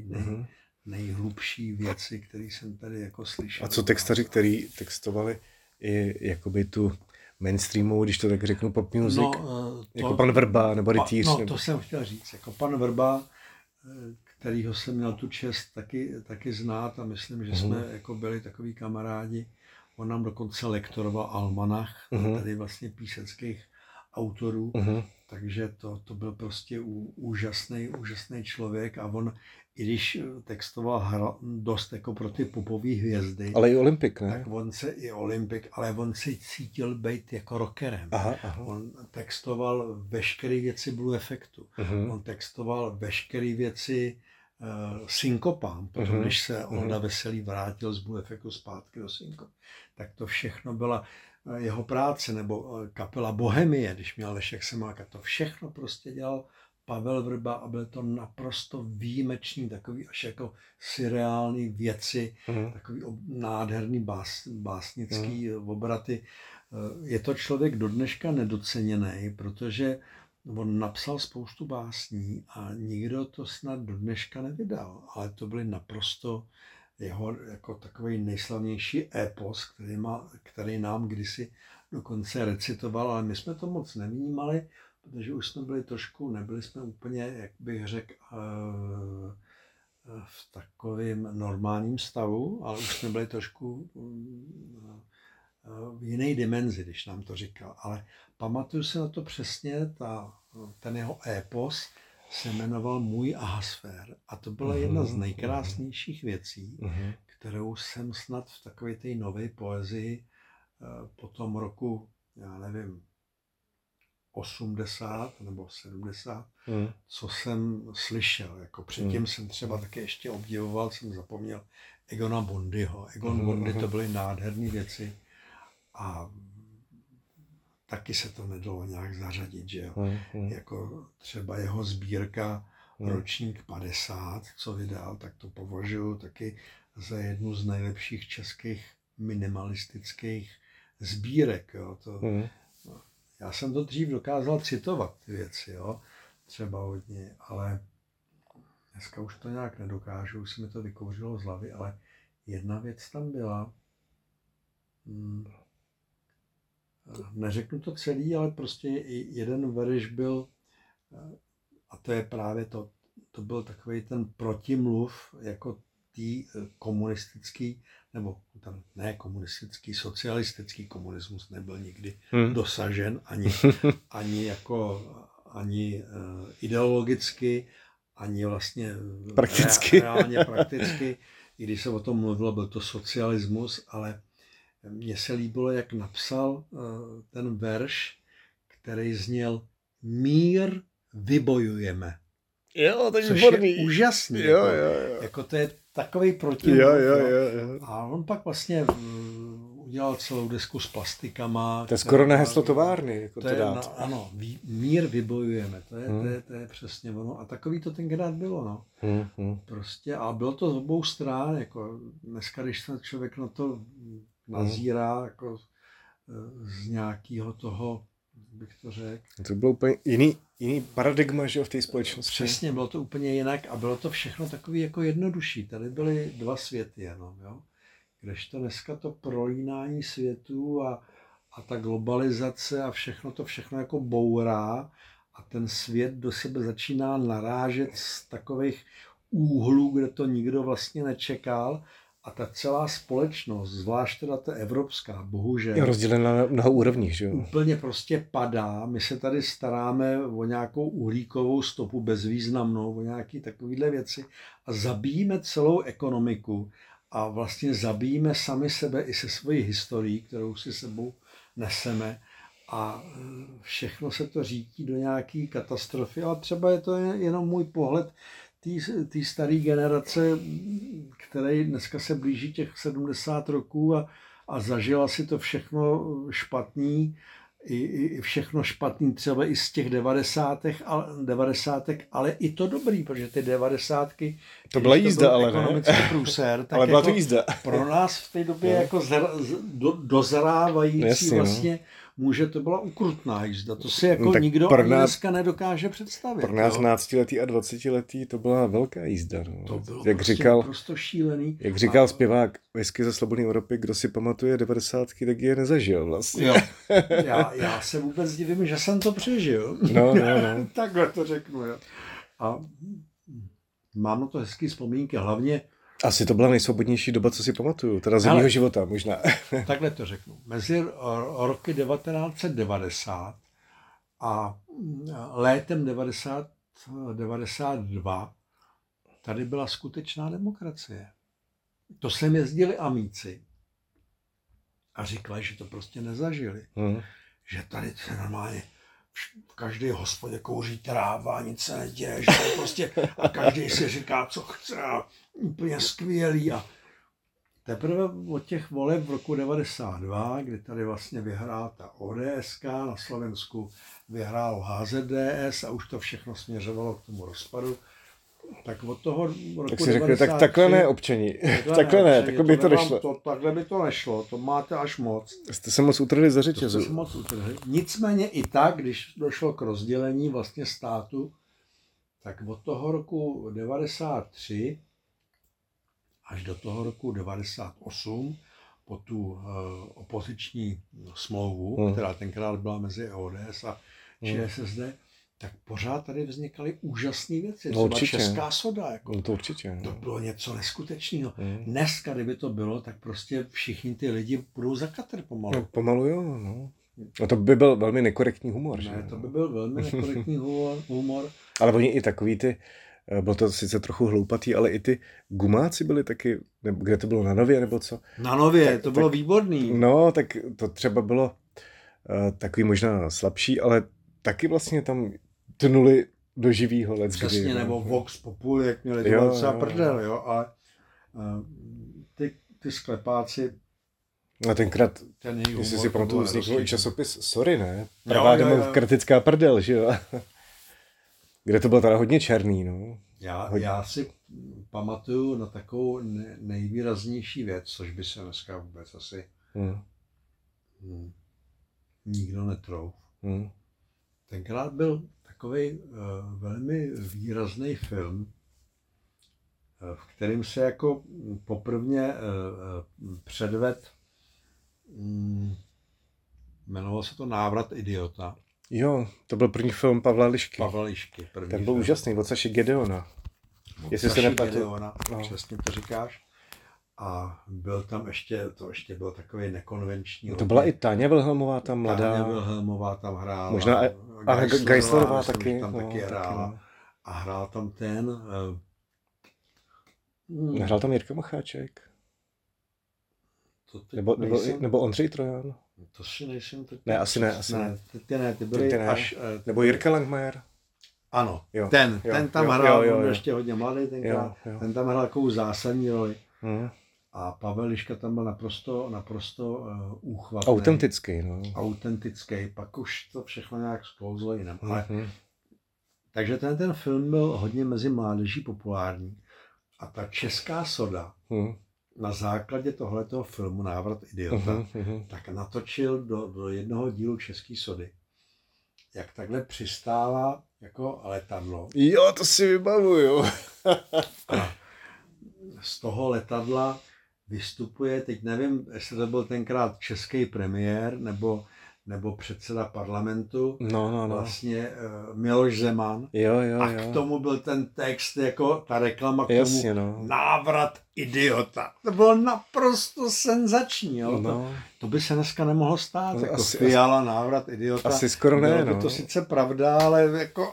nejhlubší věci, které jsem tady jako slyšel. A co textaři, který textovali i jakoby tu mainstreamovou, když to tak řeknu, pop music, jako pan Vrba nebo Rytíř? To jsem chtěl říct, jako pan Vrba, kterýho jsem měl tu čest taky znát, a myslím, že jsme jako byli takový kamarádi. On nám dokonce lektoroval almanach, tady vlastně píseckých autorů, takže to byl prostě úžasný člověk, a on, i když textoval dost jako pro ty popové hvězdy, ale i Olympik, ne? Ale on se cítil být jako rockerem. On textoval veškeré věci Blue Effectu. On textoval veškeré věci Synkopám. Potom, když se Olda Veselý vrátil z Blue Effectu zpátky do Synkop, tak to všechno byla jeho práce, nebo kapela Bohemie, když měl Lešek Semáka, to všechno prostě dělal Pavel Vrba, a byl to naprosto výjimečný, takový až jako surreální věci, takový nádherný básnický obraty. Je to člověk do dneška nedoceněný, protože on napsal spoustu básní a nikdo to snad do dneška nevydal, ale to byly naprosto jeho jako takový nejslavnější epos, který nám kdysi dokonce recitoval, ale my jsme to moc nevnímali, protože už jsme nebyli jsme úplně, jak bych řekl, v takovém normálním stavu, ale už jsme byli trošku v jiné dimenzi, když nám to říkal. Ale pamatuju si na to přesně, ten jeho épos se jmenoval Můj Ahasfér, a to byla jedna z nejkrásnějších věcí, kterou jsem snad v takové té nové poezii po tom roku, já nevím, 80 nebo 70, co jsem slyšel. Jako předtím jsem třeba taky ještě obdivoval, jsem zapomněl Egona Bondyho. Egon Bondy, to byly nádherné věci a taky se to nedalo nějak zařadit, že jo. Jako třeba jeho sbírka Ročník 50, co vydal, tak to považuji taky za jednu z nejlepších českých minimalistických sbírek, jo. Já jsem to dřív dokázal citovat, ty věci, jo, třeba hodně, ale dneska už to nějak nedokážu, už se mi to vykouřilo z hlavy, ale jedna věc tam byla, neřeknu to celý, ale prostě jeden verš byl, a to je právě to byl takový ten protimluv jako tý komunistický, nebo tam ne komunistický, socialistický komunismus nebyl nikdy dosažen, ani ideologicky, ani vlastně prakticky. reálně prakticky. I když se o tom mluvilo, byl to socialismus, ale mně se líbilo, jak napsal ten verš, který zněl mír vybojujeme. Jo, to je což výborný. Je úžasný. Jo. Jako to je takovej protimluv. Jo. A on pak vlastně udělal celou desku s plastikama. To je skoro na heslo továrny. Jako to dát. Ano, mír vybojujeme. To je přesně ono. A takový to tenkrát bylo. No. Prostě, a bylo to z obou stran. Jako dneska, když se člověk na to nazírá jako z nějakého toho, bych to řekl. To bylo úplně jiný paradigma, že v té společnosti. Přesně, bylo to úplně jinak a bylo to všechno takový jako jednodušší. Tady byly dva světy jenom, jo. Kdežto dneska to prolínání světů a ta globalizace a všechno jako bourá a ten svět do sebe začíná narážet z takových úhlů, kde to nikdo vlastně nečekal. A ta celá společnost, zvlášť teda ta evropská, bohužel, je rozdělena na mnoha úrovních, že jo? Úplně prostě padá. My se tady staráme o nějakou uhlíkovou stopu bezvýznamnou, o nějaké takovéhle věci a zabijíme celou ekonomiku a vlastně zabijíme sami sebe i se svojí historií, kterou si sebou neseme a všechno se to řítí do nějaké katastrofy, ale třeba je to jenom můj pohled té staré generace, které dneska se blíží těch 70 roků a zažila si to všechno špatný, i všechno špatný třeba i z těch 90. Ale i to dobrý, protože ty 90. To byla jízda, ale ekonomický průser, tak ale byla jako to jízda. Pro nás v té době jako dozrávající jasně, vlastně může to byla ukrutná jízda. To si jako nikdo ani dneska nedokáže představit. Pro nás 12letý a 20letý to byla velká jízda. No. To bylo jak prostě říkal, prosto šílený. Jak říkal zpěvák Whisky ze Slobodné Evropy, kdo si pamatuje 90, tak je nezažil vlastně. Jo. Já se vůbec divím, že jsem to přežil. No. Takhle to řeknu. Jo. A mám na to hezký vzpomínky, hlavně asi to byla nejsvobodnější doba, co si pamatuju, teda z mého života možná. Takhle to řeknu. Mezi roky 1990 a létem 1992 tady byla skutečná demokracie. To sem jezdili amíci a říkali, že to prostě nezažili. Že tady se normálně v každé hospodě kouří tráva, nic se neděje, že to prostě, a každý si říká, co chce a úplně skvělý. A teprve od těch voleb v roku 92, kdy tady vlastně vyhrál ta ODS, na Slovensku vyhrál HZDS a už to všechno směřovalo k tomu rozpadu, tak od toho roku tak si řekli, tak takhle ne, občaní. Takhle ne, takhle by to nešlo. Takhle by to nešlo, to máte až moc. Jste se moc utrhli za řetězu. Nicméně i tak, když došlo k rozdělení vlastně státu, tak od toho roku 93 až do toho roku 98 po tu opoziční smlouvu, která tenkrát byla mezi ODS a ČSSD, tak pořád tady vznikaly úžasné věci. No, třeba česká soda. Jako, no, to určitě. To bylo něco neskutečného. Dneska, kdyby to bylo, tak prostě všichni ty lidi budou za katr pomalu. No, pomalu jo, no. A to by byl velmi nekorektní humor. Ne, že? To by byl velmi nekorektní humor. Ale oni i takový ty, bylo to sice trochu hloupatý, ale i ty gumáci byli taky, kde to bylo na Nově nebo co? Na Nově, to bylo výborný. No, tak to třeba bylo takový možná slabší, ale taky vlastně tam tnuli do živýho leckdy. Přesně, nebo Vox Populi, jak měli to docela prdel, jo, ale ty sklepáci. A tenkrát, jestli si pamatuju, vznikl i časopis Sorry, ne? Pravá demokratická prdel, že jo? Kde to bylo teda hodně černý, no. Já si pamatuju na takovou nejvýraznější věc, což by se dneska vůbec asi nikdo netrouf. Tenkrát byl takový velmi výrazný film, v kterém se jako poprvně předved Jmenovalo se to Návrat idiota. Jo, to byl první film Pavla Lišky. Pavla Lišky. Ten byl úžasný, od Saši Gedeona. Jestli se nepletu. Přesně to říkáš. A byl tam ještě byl takový nekonvenční. To byla i Táňa Wilhelmová tam mladá. Táňa Wilhelmová tam hrála. Možná a Geislerová taky. Tam taky hrála. Taky, no. A hrál tam ten... Nehrál tam Jirka Macháček? Nebo Ondřej Trojan? To si nejsem... Ne, asi ne. Ty byly až... Nebo Jirka Langmajer? Ano, ten tam hrál, on ještě hodně mladý tenkrát, ten tam hrál takovou zásadní roli. A Pavel Liška tam byl naprosto úchvatný. Autentický, no. Autentický, pak už to všechno nějak sklouzlo jinam. Takže ten film byl hodně mezi mládeží populární. A ta česká soda na základě tohletoho filmu Návrat idiota, tak natočil do jednoho dílu české sody. Jak takhle přistála jako letadlo. Jo, to si vybavuju. A z toho letadla vystupuje, teď nevím, jestli to byl tenkrát český premiér, nebo předseda parlamentu, vlastně Miloš Zeman. A k tomu byl ten text, jako ta reklama k tomu Návrat idiota. To bylo naprosto senzační. Jo? To by se dneska nemohlo stát. No, jako Fiala, Návrat idiota. Asi skoro ne. Bylo by to sice pravda, ale jako...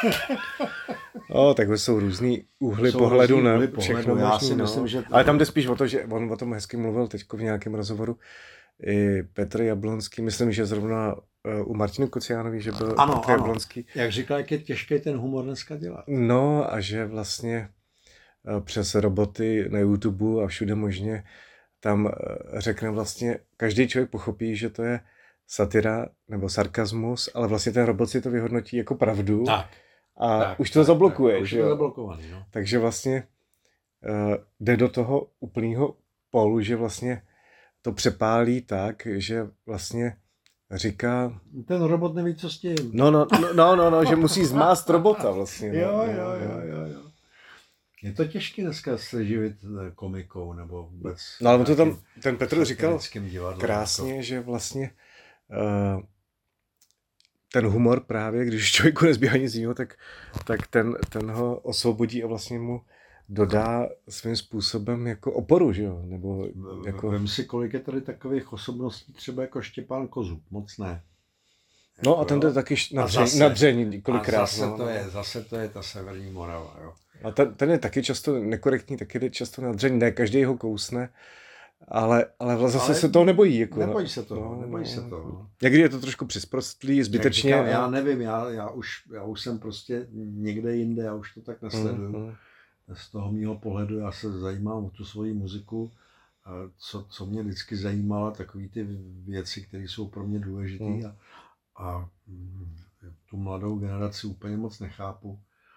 tak jsou různý úhly pohledu na všechno já si myslím, že... Ale tam jde spíš o to, že on o tom hezky mluvil teď v nějakém rozhovoru, i Petr Jablonský, myslím, že zrovna u Martiny Kociánový, že byl Petr Jablonský. Jak říkal, jak je těžké ten humor dneska dělat. No a že vlastně přes roboty na YouTube a všude možně tam řekne vlastně, každý člověk pochopí, že to je satira nebo sarkazmus, ale vlastně ten robot si to vyhodnotí jako pravdu a už to zablokuje. Už je to zablokovaný, no. Takže vlastně jde do toho úplného polu, že vlastně to přepálí tak, že vlastně říká... Ten robot neví, co s tím. No, že musí zmást robota vlastně. Jo. Je to těžké dneska se živit komikou nebo vůbec... No ale to tam ten Petr říkal krásně, že vlastně ten humor právě, když člověku nezbývá nic jiného, tak ten ho osvobodí a vlastně mu dodá svým způsobem jako oporu, že jo? Nebo jako... Vem si, kolik je tady takových osobností, třeba jako Štěpán Kozub, moc ne. No a ten jde taky na dřeň kolikrát. A zase to je ta severní Morava, jo. A ten je taky často nekorektní, taky jde často na dřeň, ne každý ho kousne, ale zase se toho nebojí. Jako, nebojí se toho. Někdy je to trošku přizprostlý, zbytečně. Říkám, já nevím, já už jsem prostě někde jinde, já už to tak nesleduju. Z toho mýho pohledu já se zajímám o tu svoji muziku, co mě vždycky zajímala, takový ty věci, které jsou pro mě důležité a tu mladou generaci úplně moc nechápu,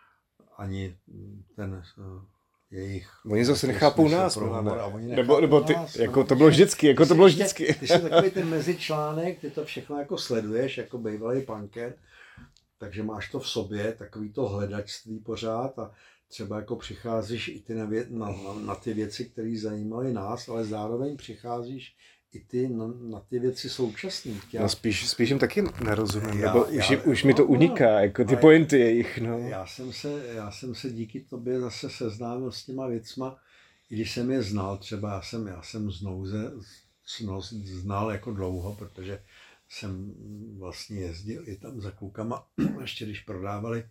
ani ten jejich... Oni zase nechápou nás, nebo ty, jako to bylo vždycky, Ty jsi takový ten mezičlánek, ty to všechno jako sleduješ, jako bývalý punker, takže máš to v sobě, takový to hledačství pořád a třeba jako přicházíš i ty na ty věci, které zajímaly nás, ale zároveň přicházíš i ty na ty věci současné. No spíš jim taky nerozumím, nebo už mi to uniká, jako ty pointy jejich. No. Já jsem se díky tobě zase seznámil s těma věcma, i když jsem je znal, třeba já jsem Znouze znal jako dlouho, protože jsem vlastně jezdil i tam za klukama, ještě když prodávali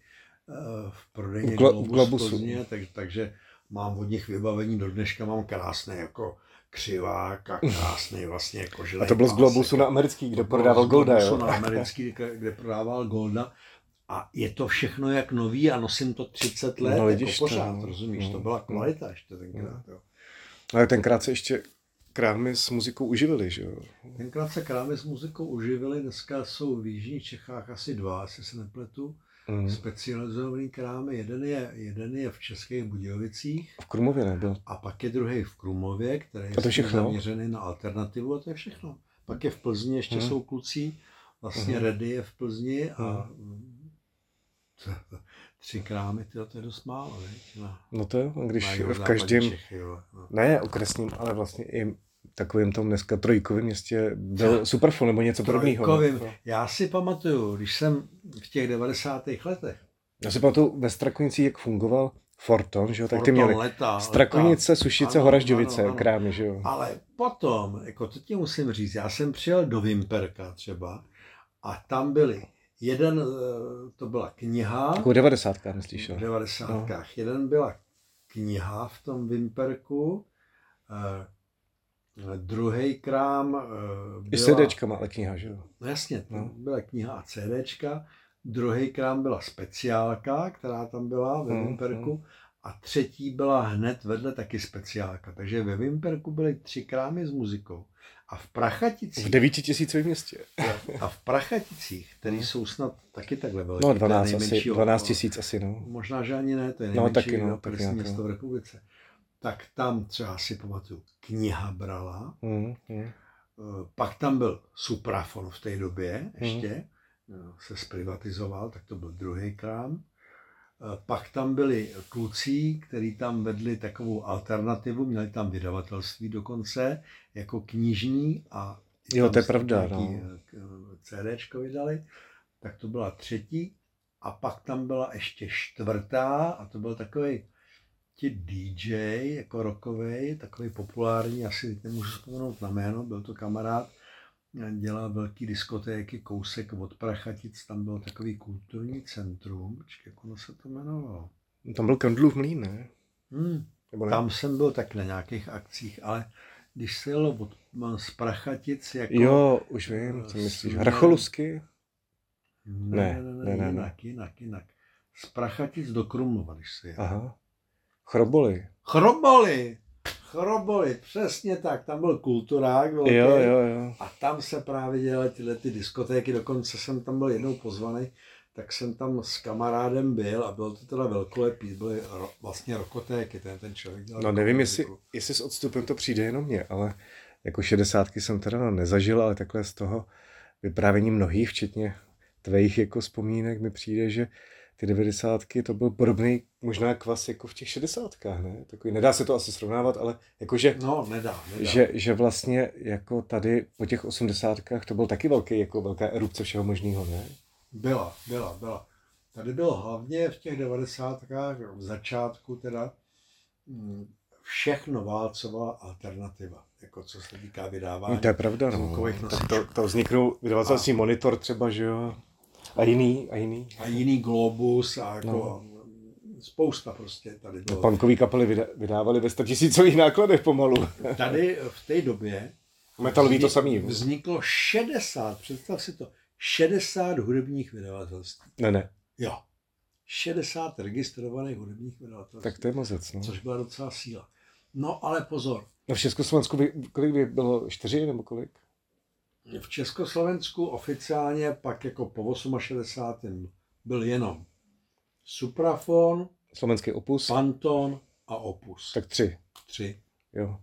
v prodejně Globusu. Plzně, takže mám od nich vybavení, do dneška mám krásné jako křivák a krásný vlastně koželej. A to bylo z Globusu na americký, kde prodával Golda, jo? Na americký, kde prodával Golda. A je to všechno jak nový a nosím to 30 let, no, jako pořád, rozumíš, to byla kvalita ještě tenkrát, jo. Ale tenkrát se ještě krámy s muzikou uživily, že jo? Tenkrát se krámy s muzikou uživily, dneska jsou v jižních Čechách asi 2, jestli se nepletu. Specializovaný krámy. Jeden je v Českých Budějovicích. V Krumlově nebyl. A pak je druhý v Krumlově, který je zaměřený na alternativu a to je všechno. Pak je v Plzni, ještě jsou kluci, vlastně Redy je v Plzni a 3 krámy, to je dost málo, veď? No to jo, když v každém, ne okresním, ale vlastně i takovým tom dneska trojkovém městě byl Superfon nebo něco podobného. Já si pamatuju, když jsem v těch 90. letech. Já si pamatuju ve Strakonicích, jak fungoval Forton, že jo, tak ty měli Strakonice, Sušice, Horažďovice, krámy, že jo. Ale potom, jako to ti musím říct, já jsem přijel do Vimperka třeba a tam byly to byla kniha. Jako 90. myslíš, jo? V 90. No. Jeden byla kniha v tom Vimperku, druhý krám byla... I CDčka ale kniha, že jo? No jasně, byla kniha a CDčka. Druhý krám byla speciálka, která tam byla ve Vimperku. A třetí byla hned vedle taky speciálka. Takže ve Vimperku byly 3 krámy s muzikou. A v Prachaticích... V 9000 městě. A v Prachaticích, které jsou snad taky takhle velké. No 12 000 asi, no. Možná, že ani ne, to je nejmenší město v republice. Tak tam třeba si pamatuju, kniha brala. Pak tam byl Suprafon v té době ještě. Se zprivatizoval, tak to byl druhý krám. Pak tam byli kluci, kteří tam vedli takovou alternativu, měli tam vydavatelství dokonce, jako knižní a jo, to je pravda, CDčko vydali, tak to byla třetí a pak tam byla ještě čtvrtá a to byl takový DJ, jako rockovej, takový populární, asi nemůžu vzpomenout na jméno, byl to kamarád, dělal velký diskotéky, kousek od Prachatic, tam byl takový kulturní centrum, počkej, jak ono se to jmenovalo? Tam byl Kandlův mlýn, ne? Tam jsem byl tak na nějakých akcích, ale když se jelo z Prachatic jako... Jo, už vím, co myslíš, Hrcholusky? Ne, jinak. Z Prachatic do Krumlova, když se jelo. Aha, Chroboli, přesně tak, tam byl kulturák velký jo. A tam se právě dělaly tyhle diskotéky, dokonce jsem tam byl jednou pozvaný, tak jsem tam s kamarádem byl a bylo to teda velkolepý, byly vlastně rokotéky, ten člověk dělal. No nevím, jestli s odstupem to přijde jenom mě, ale jako 60 jsem teda nezažil, ale takhle z toho vyprávění mnohých, včetně tvých jako vzpomínek, mi přijde, že ty 90 to byl podobný možná kvas jako v těch 60, ne? Takový, nedá se to asi srovnávat, ale jakože... No, nedá. Že vlastně jako tady po těch 80 to byl taky velká erupce všeho možného, ne? Byla. Tady bylo hlavně v těch 90 v začátku teda všechno válcovala alternativa, jako co se týká vydávání. To je pravda, no. To vzniknul vydavatelství Monitor třeba, že jo? A jiný Globus a jako spousta prostě tady bylo. Punkový kapely vydávali ve 100 000 nákladech pomalu. Tady v té době Metalový to samý. Vzniklo 60, představ si to, 60 hudebních vydavatelství. Ne. Jo. 60 registrovaných hudebních vydavatelství. Tak to je mozec, no. Což byla docela síla. No ale pozor. No v Československu kolik by bylo? 4 nebo kolik? V Československu oficiálně pak jako po 68. byl jenom Suprafon, slovenský Opus, Panton a Opus. Tak 3. Jo.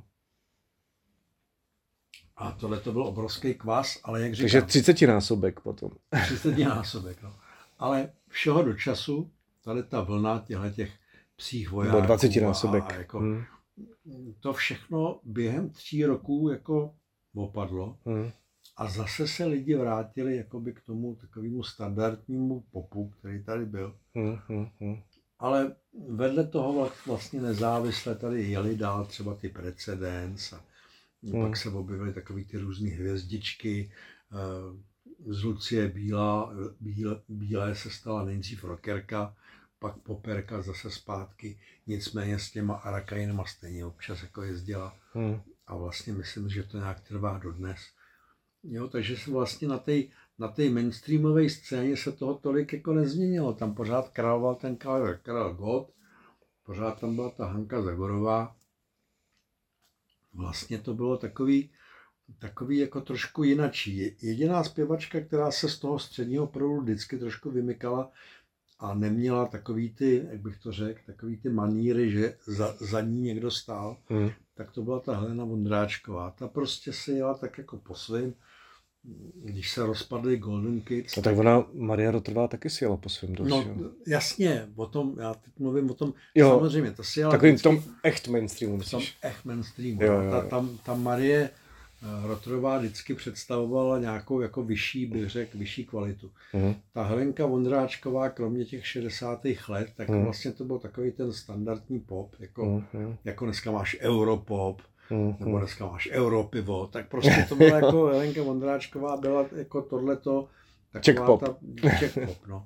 A tohle to byl obrovský kvas, ale jak říkám... Takže 30násobek potom. 30násobek, no. Ale všeho do času, tady ta vlna těch psích vojáků... Byl 20násobek. A jako, to všechno během 3 roků jako opadlo. A zase se lidi vrátili jakoby k tomu takovému standardnímu popu, který tady byl. Ale vedle toho vlastně nezávisle tady jeli dál třeba ty Precedence a pak se objevily takový ty různý hvězdičky. Z Lucie Bílé se stala nejdřív rockerka, pak poperka zase zpátky. Nicméně s těma Arakainama stejně občas jako jezdila. A vlastně myslím, že to nějak trvá dodnes. Jo, takže se vlastně na té mainstreamové scéně se toho tolik jako nezměnilo. Tam pořád královal ten Karel Gott, pořád tam byla ta Hanka Zagorová. Vlastně to bylo takový jako trošku jinačí. Jediná zpěvačka, která se z toho středního proudu vždycky trošku vymykala a neměla takový ty, jak bych to řekl, takový ty maníry, že za ní někdo stál, tak to byla ta Helena Vondráčková. Ta prostě se jela tak jako po svým. když se rozpadly Golden Kids. No tak ona, Maria Rotová taky si jela po svém dost. No jasně, o tom, já teď mluvím o tom, jo, samozřejmě, to si jela takovým vždycky, tom echt mainstreamu, myslíš? v tom echt mainstreamu. Jo. Ta Marie Rotová vždycky představovala nějakou jako vyšší, bych řekl, vyšší kvalitu. Ta Helenka Vondráčková, kromě těch 60. let, tak vlastně to byl takový ten standardní pop, jako dneska máš Europop, nebo dneska máš Europivo, tak prostě to bylo jako Helenka Vondráčková byla jako tohleto, taková ta Czech-pop, no.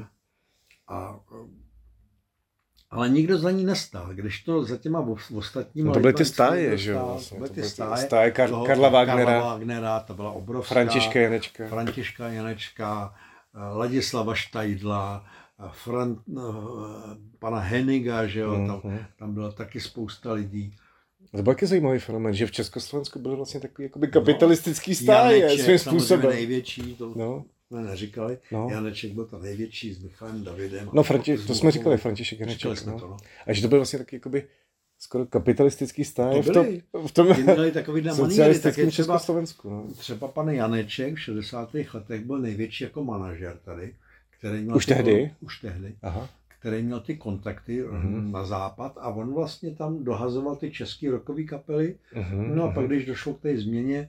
Ale nikdo za ní nestál, když to za těma ostatníma... No to byly ty stáje, že jo? Vlastně. To byly ty stáje Karla Wagnera, ta byla obrovská. Františka Janečka, Ladislava Štajdla, pana Heniga, že jo? Tam byla taky spousta lidí. To byl taky zajímavý fenomén, že v Československu byly vlastně takový jakoby kapitalistický stáje, Janeček, svým způsobem. Největší, to jsme neříkali. Janeček byl ta největší s Michalem Davidem. No, to jsme říkali, František Janeček. No. A že to byl vlastně taky jakoby skoro kapitalistický stáje v tom socialistickém Československu. No. Třeba pan Janeček v 60. letech byl největší jako manažer tady. Který měl už tehdy? Aha. Který měl ty kontakty na západ a on vlastně tam dohazoval ty český rockové kapely. No a pak, když došlo k té změně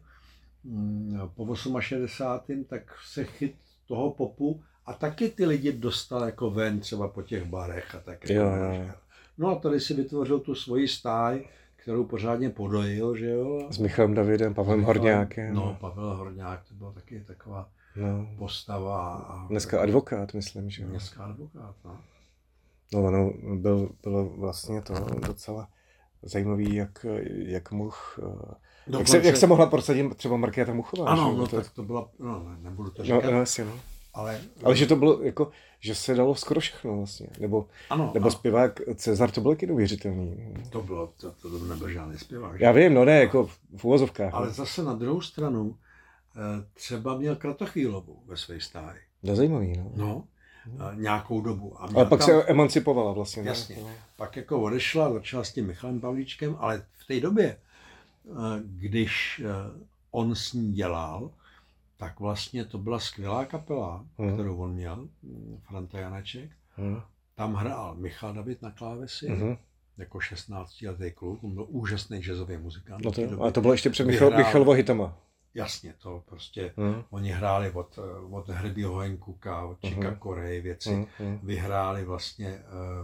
po 68. tak se chyt toho popu a taky ty lidi dostal jako ven třeba po těch barech a tak. Jo. No a tady si vytvořil tu svoji stáj, kterou pořádně podojil, že jo. S Michalem Davidem, Pavlem Horňákem. No, Pavel Horňák, to byla taky taková postava. A dneska advokát, myslím, že jo. Dneska advokát, no. No, ono bylo vlastně to docela zajímavý, jak mohl... Jak se mohla prosadit třeba Markéta Muchová? Ano, no, tak to byla, nebudu to říkat. No, jasně, no. Ale že to bylo jako, že se dalo skoro všechno vlastně, nebo zpěvák Cezar, to byl taky neuvěřitelný. To nebyl žádný zpěvák. Já vím, no ne, jako v uvozovkách. Ale zase na druhou stranu, třeba měl Kratochvílovou ve své stáji. To je zajímavý, no. No, nějakou dobu. Ale pak se emancipovala vlastně. Jasně. Ne? Pak jako odešla, začala s tím Michalem Pavlíčkem, ale v té době, když on s ní dělal, tak vlastně to byla skvělá kapela, kterou on měl, Franta Janeček. Tam hrál Michal David na klávesi, jako 16letý kluk, on byl úžasný jazzový muzikant. A to bylo ještě před Michalovo hitama. Jasně, to prostě, oni hráli od Herbieho Hancocka, od Chica Corea věci, vyhráli vlastně,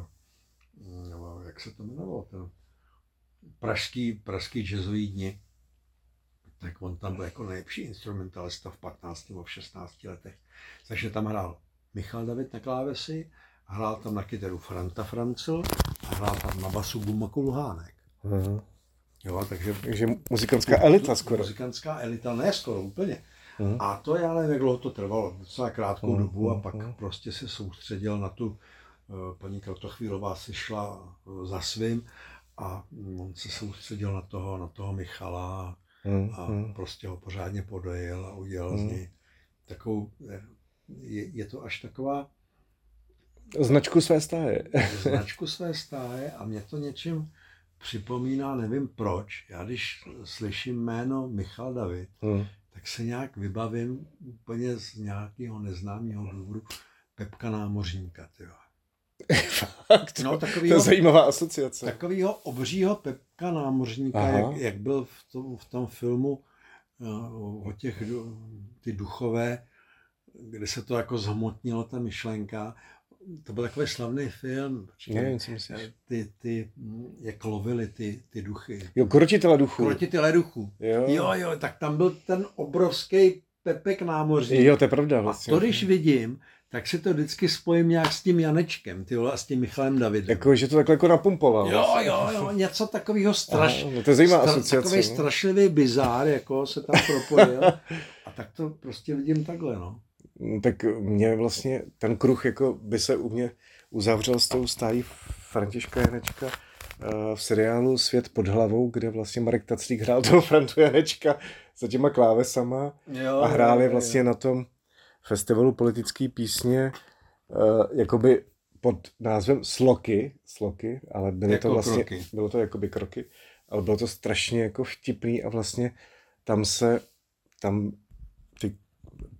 jak se to jmenovalo, ten pražský jazzový dni, tak on tam byl jako nejlepší instrumentalista v 15 nebo v 16 letech. Takže tam hrál Michal David na klávesi, hrál tam na kytaru Franta Francl a hrál tam na basu Bumaku Luhánek. Jo, takže muzikantská elita skoro. Muzikantská elita, ne skoro, úplně. A to já nevím, jak dlouho to trvalo, docela krátkou dobu a pak prostě se soustředil na tu, paní Kratochvílová si šla za svým a on se soustředil na toho Michala a prostě ho pořádně podojil a udělal z něj takovou, je to až taková značku své stáje. Značku své stáje a mě to něčím připomíná, nevím proč. Já když slyším jméno Michal David, tak se nějak vybavím úplně z nějakého neznámého důvodu Pepka Námořníka. No, to je zajímavá asociace. Takovýho obřího Pepka Námořníka, jak byl v tom filmu o těch ty duchové, kde se to jako zhmotnilo, ta myšlenka. To byl takový slavný film. Nevím, co myslíš. Jak lovili ty duchy. Jo, Krotitele duchů. Krotitele duchů. Jo, tak tam byl ten obrovský Pepek Námořník. Jo, to je pravda vlastně. A to, když vidím, tak si to vždycky spojím nějak s tím Janečkem, a s tím Michalem Davidem. Jako, že to takhle jako napumpoval. Jo, něco takového no to je zajímavá asociace. Takový strašlivý bizár, jako se tam propojil. A tak to prostě vidím takhle, no. Tak mě vlastně ten kruh jako by se u mě uzavřel s tou stájí Františka Janečka v seriálu Svět pod hlavou, kde vlastně Marek Taclík hrál toho Frantu Janečka za těma klávesama a hráli vlastně na tom festivalu politické písně jakoby pod názvem Sloky, ale byly jako to vlastně, kroky. Bylo to jakoby kroky, ale bylo to strašně jako vtipný a vlastně tam ty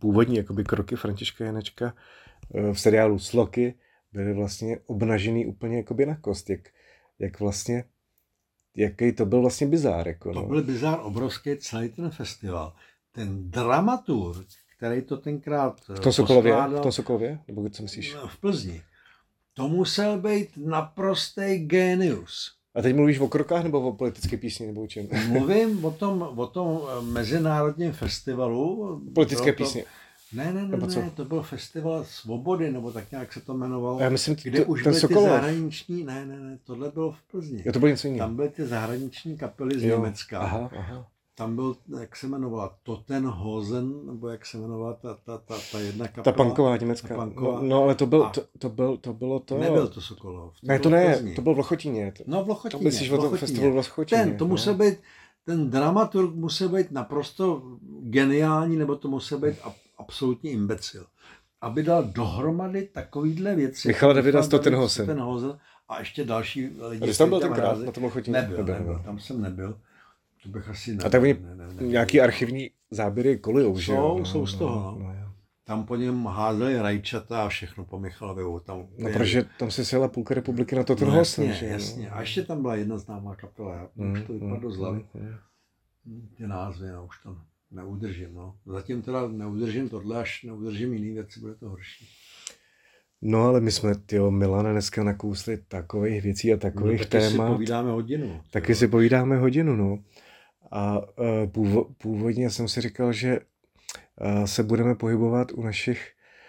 původní jakoby kroky Františka Janečka v seriálu Sloky byly vlastně obnažený úplně jakoby na kost, jak vlastně, jaký to byl vlastně bizár. Jako, To byl bizár obrovský, celý ten festival. Ten dramaturg, který to tenkrát v tom Sokolově? Nebo co myslíš? V Plzni. To musel být naprostý génius. A teď mluvíš o krokách nebo o politické písni nebo o čem? Mluvím o tom mezinárodním festivalu. Politické písně. Ne, to byl festival svobody, nebo tak nějak se to jmenovalo. Já myslím, kde už byly ty zahraniční, ne, tohle bylo v Plzni. Jo, to bylo něco jiného. Tam byly ty zahraniční kapely z Německa. Aha. Tam byl, jak se jmenovala, Tottenhosen, nebo jak se jmenovala ta jedna kapela. Ta punková německá. No, ale to bylo to. Nebyl to Sokolov. To byl v Lochotíně. No, v Lochotíně. To myslíš o tom festivalu v Lochotíně. Ten dramaturg musel být naprosto geniální, nebo to musel být absolutně imbecil. Aby dal dohromady takovýhle věci. Michala Davida z Tottenhosen. A ještě další lidi. A jsi tam byl tenkrát na tom Lochotíně? Nebyl, tam jsem nebyl. To bych asi a tak oni nějaký archivní záběry kolujou, že jo? Jsou z toho, no. Tam po něm házeli rajčata a všechno po Michalovi. Protože tam se sjela půlka republiky na Tottenhosen. Jasně. A ještě tam byla jedna známá kapela. Už to vypadlo z hlavy. Ty názvy, už to neudržím. No. Zatím teda neudržím tohle, až neudržím jiný věci, bude to horší. No ale my jsme, Milane, dneska nakousli takových věcí a takových témat. Taky si povídáme hodinu, no. A původně jsem si říkal, že se budeme pohybovat u našich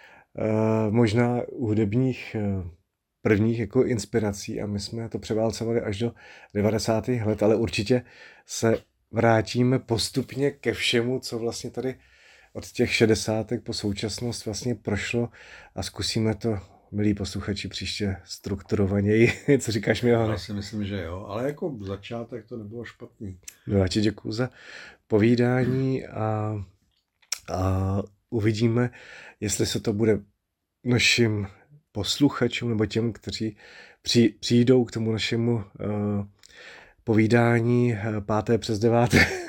možná hudebních prvních jako inspirací a my jsme to převálcovali až do 90. let, ale určitě se vrátíme postupně ke všemu, co vlastně tady od těch 60. po současnost vlastně prošlo a zkusíme to, milí posluchači, příště strukturovaněji. Co říkáš, Milane? Já si myslím, že jo, ale jako začátek to nebylo špatný. No, já ti děkuju za povídání a uvidíme, jestli se to bude našim posluchačům nebo těm, kteří přijdou k tomu našemu povídání 5. přes 9.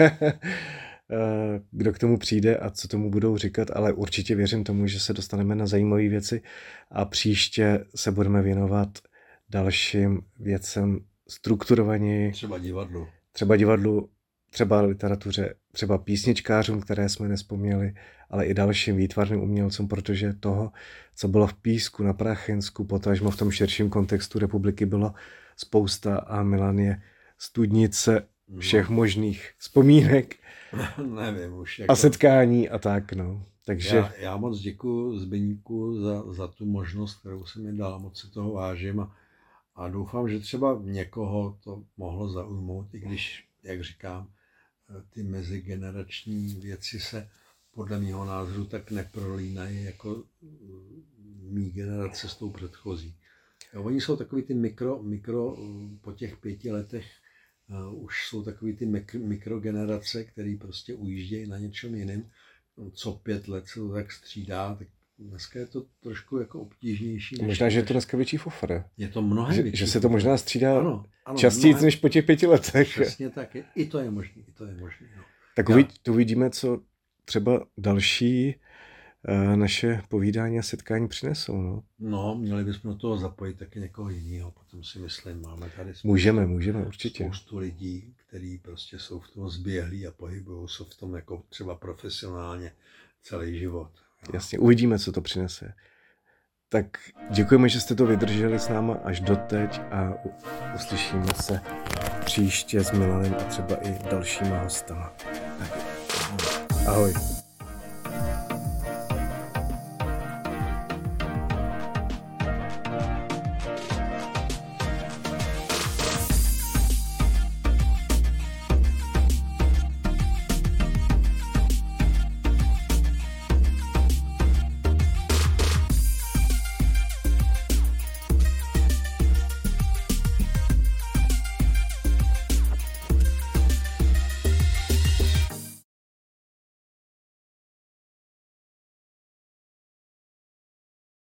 Kdo k tomu přijde a co tomu budou říkat, ale určitě věřím tomu, že se dostaneme na zajímavé věci a příště se budeme věnovat dalším věcem strukturovaněji. Třeba divadlu, třeba literatuře, třeba písničkářům, které jsme nespomněli, ale i dalším výtvarným umělcům, protože toho, co bylo v Písku, na Prachinsku, potažmo v tom širším kontextu republiky bylo spousta a Milan je studnice všech možných vzpomínek. Nevím už. A setkání a tak, no. Takže... Já moc děkuji Zbyňku za tu možnost, kterou jsem mi dal, moc si toho vážím a doufám, že třeba někoho to mohlo zaujmout, i když, jak říkám, ty mezigenerační věci se podle mého názoru tak neprolínají jako mý generace s tou předchozí. Oni jsou takový ty mikro po těch 5 letech už jsou takový ty mikrogenerace, které prostě ujíždějí na něčem jiném. Co 5 let se to tak střídá, tak dneska je to trošku jako obtížnější. Možná, že je to dneska větší fofr. Je to mnohem větší. Že se to možná střídá častěji než po těch 5 letech. Přesně tak. I to je možné. No. Tak uvidíme, co třeba další naše povídání a setkání přinesou. No, měli bychom do toho zapojit taky někoho jiného, potom si myslím, máme tady můžeme určitě. Spoustu lidí, kteří prostě jsou v tom zběhlí a pohybují se v tom jako třeba profesionálně celý život. Jasně, uvidíme, co to přinese. Tak děkujeme, že jste to vydrželi s náma až doteď a uslyšíme se příště s Milanem a třeba i dalšíma hostama. Tak, ahoj.